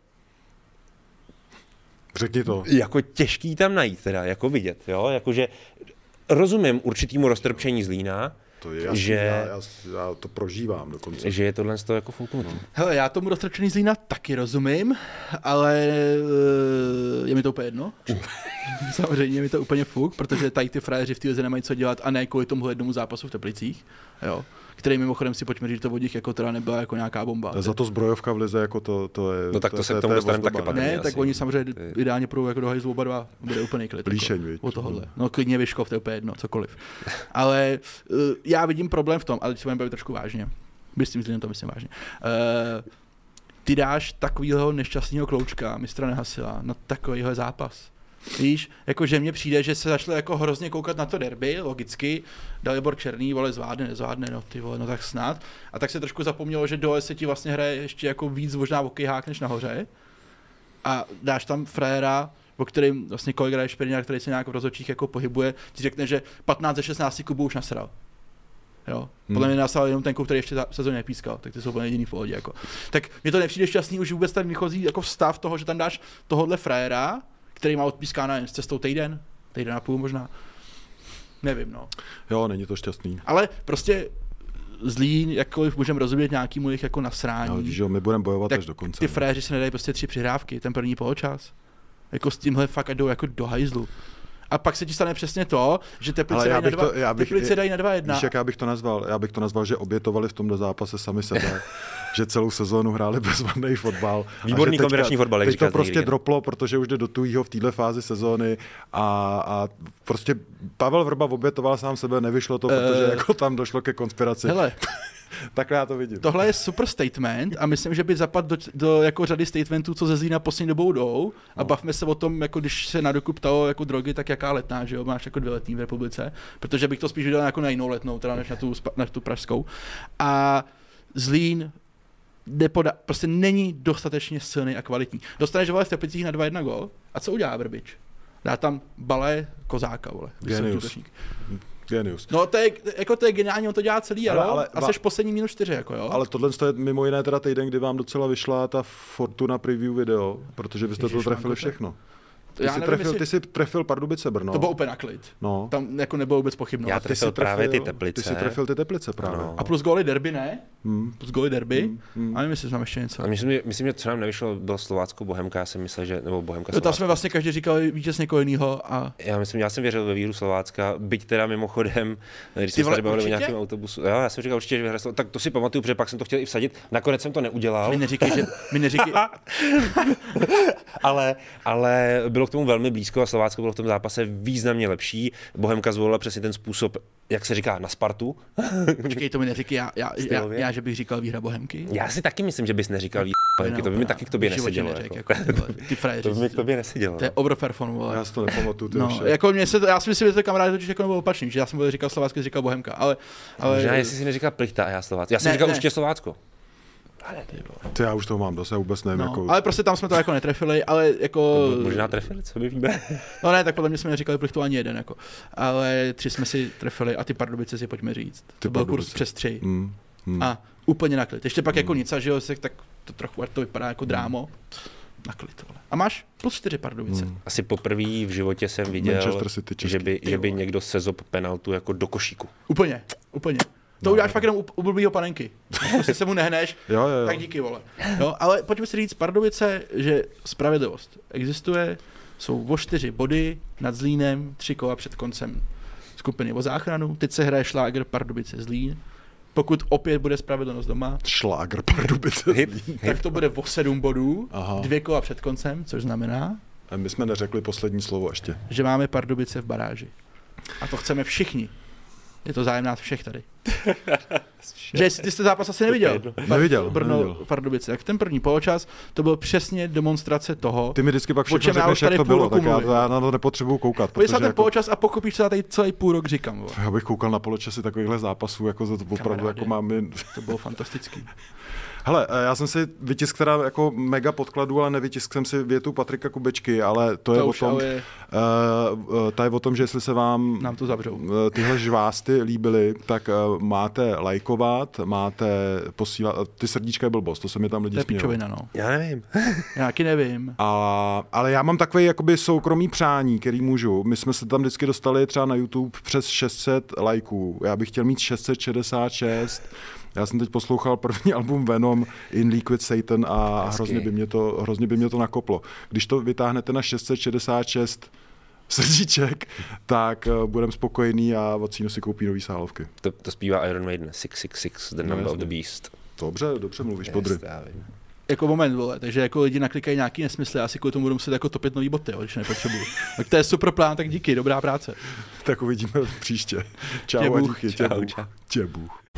Řekni to. jako těžký tam najít, teda, jako vidět, jo, jakože rozumím určitýmu roztrpčení Zlína, To je jasný, že, já, já, já to prožívám dokonce. že je tohle z toho jako fouknutý. Hele, já tomu roztrčený Zlína taky rozumím, ale eh, je mi to úplně jedno. Samozřejmě je mi to úplně fuk, protože tady ty frajeři v té lize nemají co dělat a ne kvůli tomu jednomu zápasu v Teplicích, jo. Který mimochodem si pojďme říct, to od nich jako teda nebyla jako nějaká bomba. Za to zbrojovka v lize, jako to, to je... No tak to je- se je- k tomu je dostaneme ozdoba, taky ne? patrně. Ne, tak asi. oni samozřejmě ideálně půjdou jako do hajzlu oba dva, bude úplný klid. Plíšeň, jako, viď? o tohohle. No klidně Vyškov, to je úplně jedno, cokoliv. Ale uh, já vidím problém v tom, ale teď se budeme bavit trošku vážně. Myslím, že to myslím vážně. Uh, ty dáš takovýho nešťastného kloučka, mistra Nehasila, na takovýhle zápas. Víš, jakože mně přijde, že se začalo jako hrozně koukat na to derby, logicky, Dalibor Černý, vole, zvládne, nezvládne, no ty vole, no tak snad. A tak se trošku zapomnělo, že dole se ti vlastně hraje ještě jako víc možná okejhák než nahoře. A dáš tam frajera, o kterým vlastně kolega Šperňák, který se nějak v rozhodčích jako pohybuje, ti řekne, že patnáct ze šestnácti klubů už nasral. Jo. Podle mě nasral jenom ten klub, který ještě v sezóně nepískal, tak ty jsou úplně jediný v pohodě. Jako. Tak mně to nepřijde šťastný už vůbec ten výchozí jako stav toho, že tam dáš tohohle frajera, který má odpískána jen s cestou týden, týden a půl možná. Nevím, no. Jo, není to šťastný. Ale prostě Zlín, jakkoliv můžeme rozumět nějakým jejich jako nasrání, No, víš, že jo, my budeme bojovat tak až do konce. ty no. fréři si nedají prostě tři přihrávky, ten první poločas. Jako s tímhle fakt jdou jako do hajzlu. A pak se ti stane přesně to, že Teplice Ale já dají na bych dva, to- já bych- Teplice dají na dva jedna. Víš, jak já bych to nazval? Já bych to nazval, že obětovali v tomto zápase sami sebe, že celou sezónu hráli bezvadný fotbal. a Výborný že teďka- kombinační fotbal, jak teď říká to prostě Zdeněk. droplo, protože už jde do tujího v téhle fázi sezóny a, a prostě Pavel Vrba obětoval sám sebe, nevyšlo to, protože Eh. jako tam došlo ke konspiraci. Hele, Takhle já to vidím. tohle je super statement a myslím, že by zapadl do, do jako řady statementů, co ze Zlína poslední dobou jdou a No. bavme se o tom, jako když se na doku ptalo jako drogy, tak jaká letná, že jo, máš jako dvě letní v republice, protože bych to spíš viděl jako na jinou letnou, teda než na tu, spa- na tu pražskou. A Zlín nepoda, prostě není dostatečně silný a kvalitní. Dostaneš vole v Teplicích na dva jedna gól a co udělá Vrbič? Dá tam Balé Kozáka, vole. vysoký Genius. útočník. Genius. No to je, jako to je geniální, on to dělá celý, Ale- ale, ale- a seš poslední minus čtyři, jako jo. Ale tohle je mimo jiné teda týden, kdy vám docela vyšla ta Fortuna preview video, protože vy jste Ježiš, to trefili Manko, všechno. Ty, Já jsi, nevím, trefil, jestli... ty jsi trefil Pardubice Brno. To bylo úplně na klid. No. Tam jako nebylo vůbec pochybno. Já A ty trefil jsi právě trefil, ty Teplice. Ty jsi trefil ty Teplice právě. Ano. A plus góly derby, ne? Hmm. Plus góly derby. Hmm. Hmm. A nevím, jestli znám ještě něco. A myslím, myslím, že co nám nevyšlo, bylo Slovácko Bohemka, já jsem myslel, že, nebo Bohemka No, tam Slovácko. jsme vlastně každý říkali vítěz někoho jiného a Já myslím, já jsem věřil ve výhru Slovácka, byť teda mimochodem, když Ty jsme vole, se bavili o určitě? nějakém autobusu. Jo, já jsem říkal určitě, že vyhraje Slovácko. Tak to si pamatuju, protože pak jsem to chtěl i vsadit. Nakonec jsem to neudělal. mi neříkej, že mi neříkej, ale, ale bylo k tomu velmi blízko a Slovácko bylo v tom zápase významně lepší. Bohemka zvolila přesně ten způsob, jak se říká, na Spartu. počkej, to mi neříkej, já, já, já, Stylově? já, že bych říkal výhra Bohemky. Já si taky myslím, že bys neříkal výhra Bohemky, to by mi taky k tobě V životě nesedělo. neřek, Jako. jako, ty, vole, ty frajeři. To by mi k tobě nesedělo. To je overperform, vole. Já si to nepamatuju, ty No, už. jako mě se to, já si myslím, že to kamarád totiž jako nebylo opačný, že já jsem byl říkal Slovácko, říkal Bohemka, ale, ale Možná, jestli si neříkal Plichta a já Slovácko. Já jsem Ne, říkal ne. určitě Slovácko. Ty, já už toho mám dost, já vůbec nevím, no, jako... ale prostě tam jsme to jako netrefili, ale jako... Možná trefili, co my víme. No ne, tak podle mě jsme neříkali Plichtu ani jeden, jako. Ale tři jsme si trefili a ty Pardubice si pojďme říct. Ty To byl Pardubice. kurz přes tři. Hmm. Hmm. A úplně na klid. Ještě pak jako nic, že jo, se tak to trochu, ať to vypadá jako drámo. Na klid, vole. A máš plus čtyři Pardubice. Hmm. Asi poprvé v životě jsem viděl, Manchester City český. že by, Ty že by vole. někdo sezop penaltu jako do košíku. Úplně, úplně. To No, uděláš no. fakt jenom u, u blbýho panenky. Prostě se mu nehneš, Jo, jo, jo. tak díky, vole. Jo, ale pojďme si říct Pardubice, že spravedlivost existuje, jsou o čtyři body nad Zlínem, tři kola před koncem skupiny o záchranu, teď se hraje šláger Pardubice Zlín. Pokud opět bude spravedlnost doma, Šlágr Pardubice. Hit, tak to bude o sedm bodů, Aha. dvě kola před koncem, což znamená, A my jsme neřekli poslední slovo ještě. že máme Pardubice v baráži. A to chceme všichni. Je to zájem nás všech tady. Že jestli ty jste zápas asi neviděl. Neviděl, Brno, neviděl. Pardubice. Jak ten první poločas, to byl přesně demonstrace toho. Ty mi vždycky pak O čem všechno já už řekneš, jak tady to půl bylo, roku tak já, mluvím. já na to nepotřebuju koukat. Pojď se na protože ten jako, poločas a pochopíš, co já tady celý půl rok říkám. Vole. já bych koukal na poločasy takovýchhle zápasů, jako to opravdu Kamaráde. jako mám jen... To bylo fantastický. Hele, já jsem si vytisk teda jako mega podkladu, ale nevytisk jsem si větu Patrika Kubečky, ale to, je To o už tom, ale uh, uh, ta je o tom, že jestli se vám nám to zavřou. uh, tyhle žvásty líbily, tak uh, máte lajkovat, máte posílat, ty srdíčka je blbost, to se mi tam To lidi je smějou. pičovina, no. Já nevím. Já taky nevím. A, ale já mám takový jakoby soukromý přání, který můžu. My jsme se tam vždycky dostali třeba na YouTube přes šest set lajků. Já bych chtěl mít šest set šedesát šest. Já jsem teď poslouchal první album Venom, In Liquid Satan a Hezky. hrozně by, mě to, hrozně by mě to nakoplo. Když to vytáhnete na šest set šedesát šest srdíček, tak uh, budem spokojený a od Cínu si koupí nový sálovky. To, to zpívá Iron Maiden, šest set šedesát šest, The No, Number of jasně. the Beast. Dobře, dobře mluvíš, podry. Jest, já vím. Jako moment, vole, takže jako lidi naklikají nějaký nesmysly, já si kvůli tomu budu muset jako topit nový boty, jo, když nepotřebuju. Tak to je super plán, tak díky, dobrá práce. Tak uvidíme příště. Čau Tě a Bůh. díky. Tě Čau, Bůh. čau. Tě Bůh.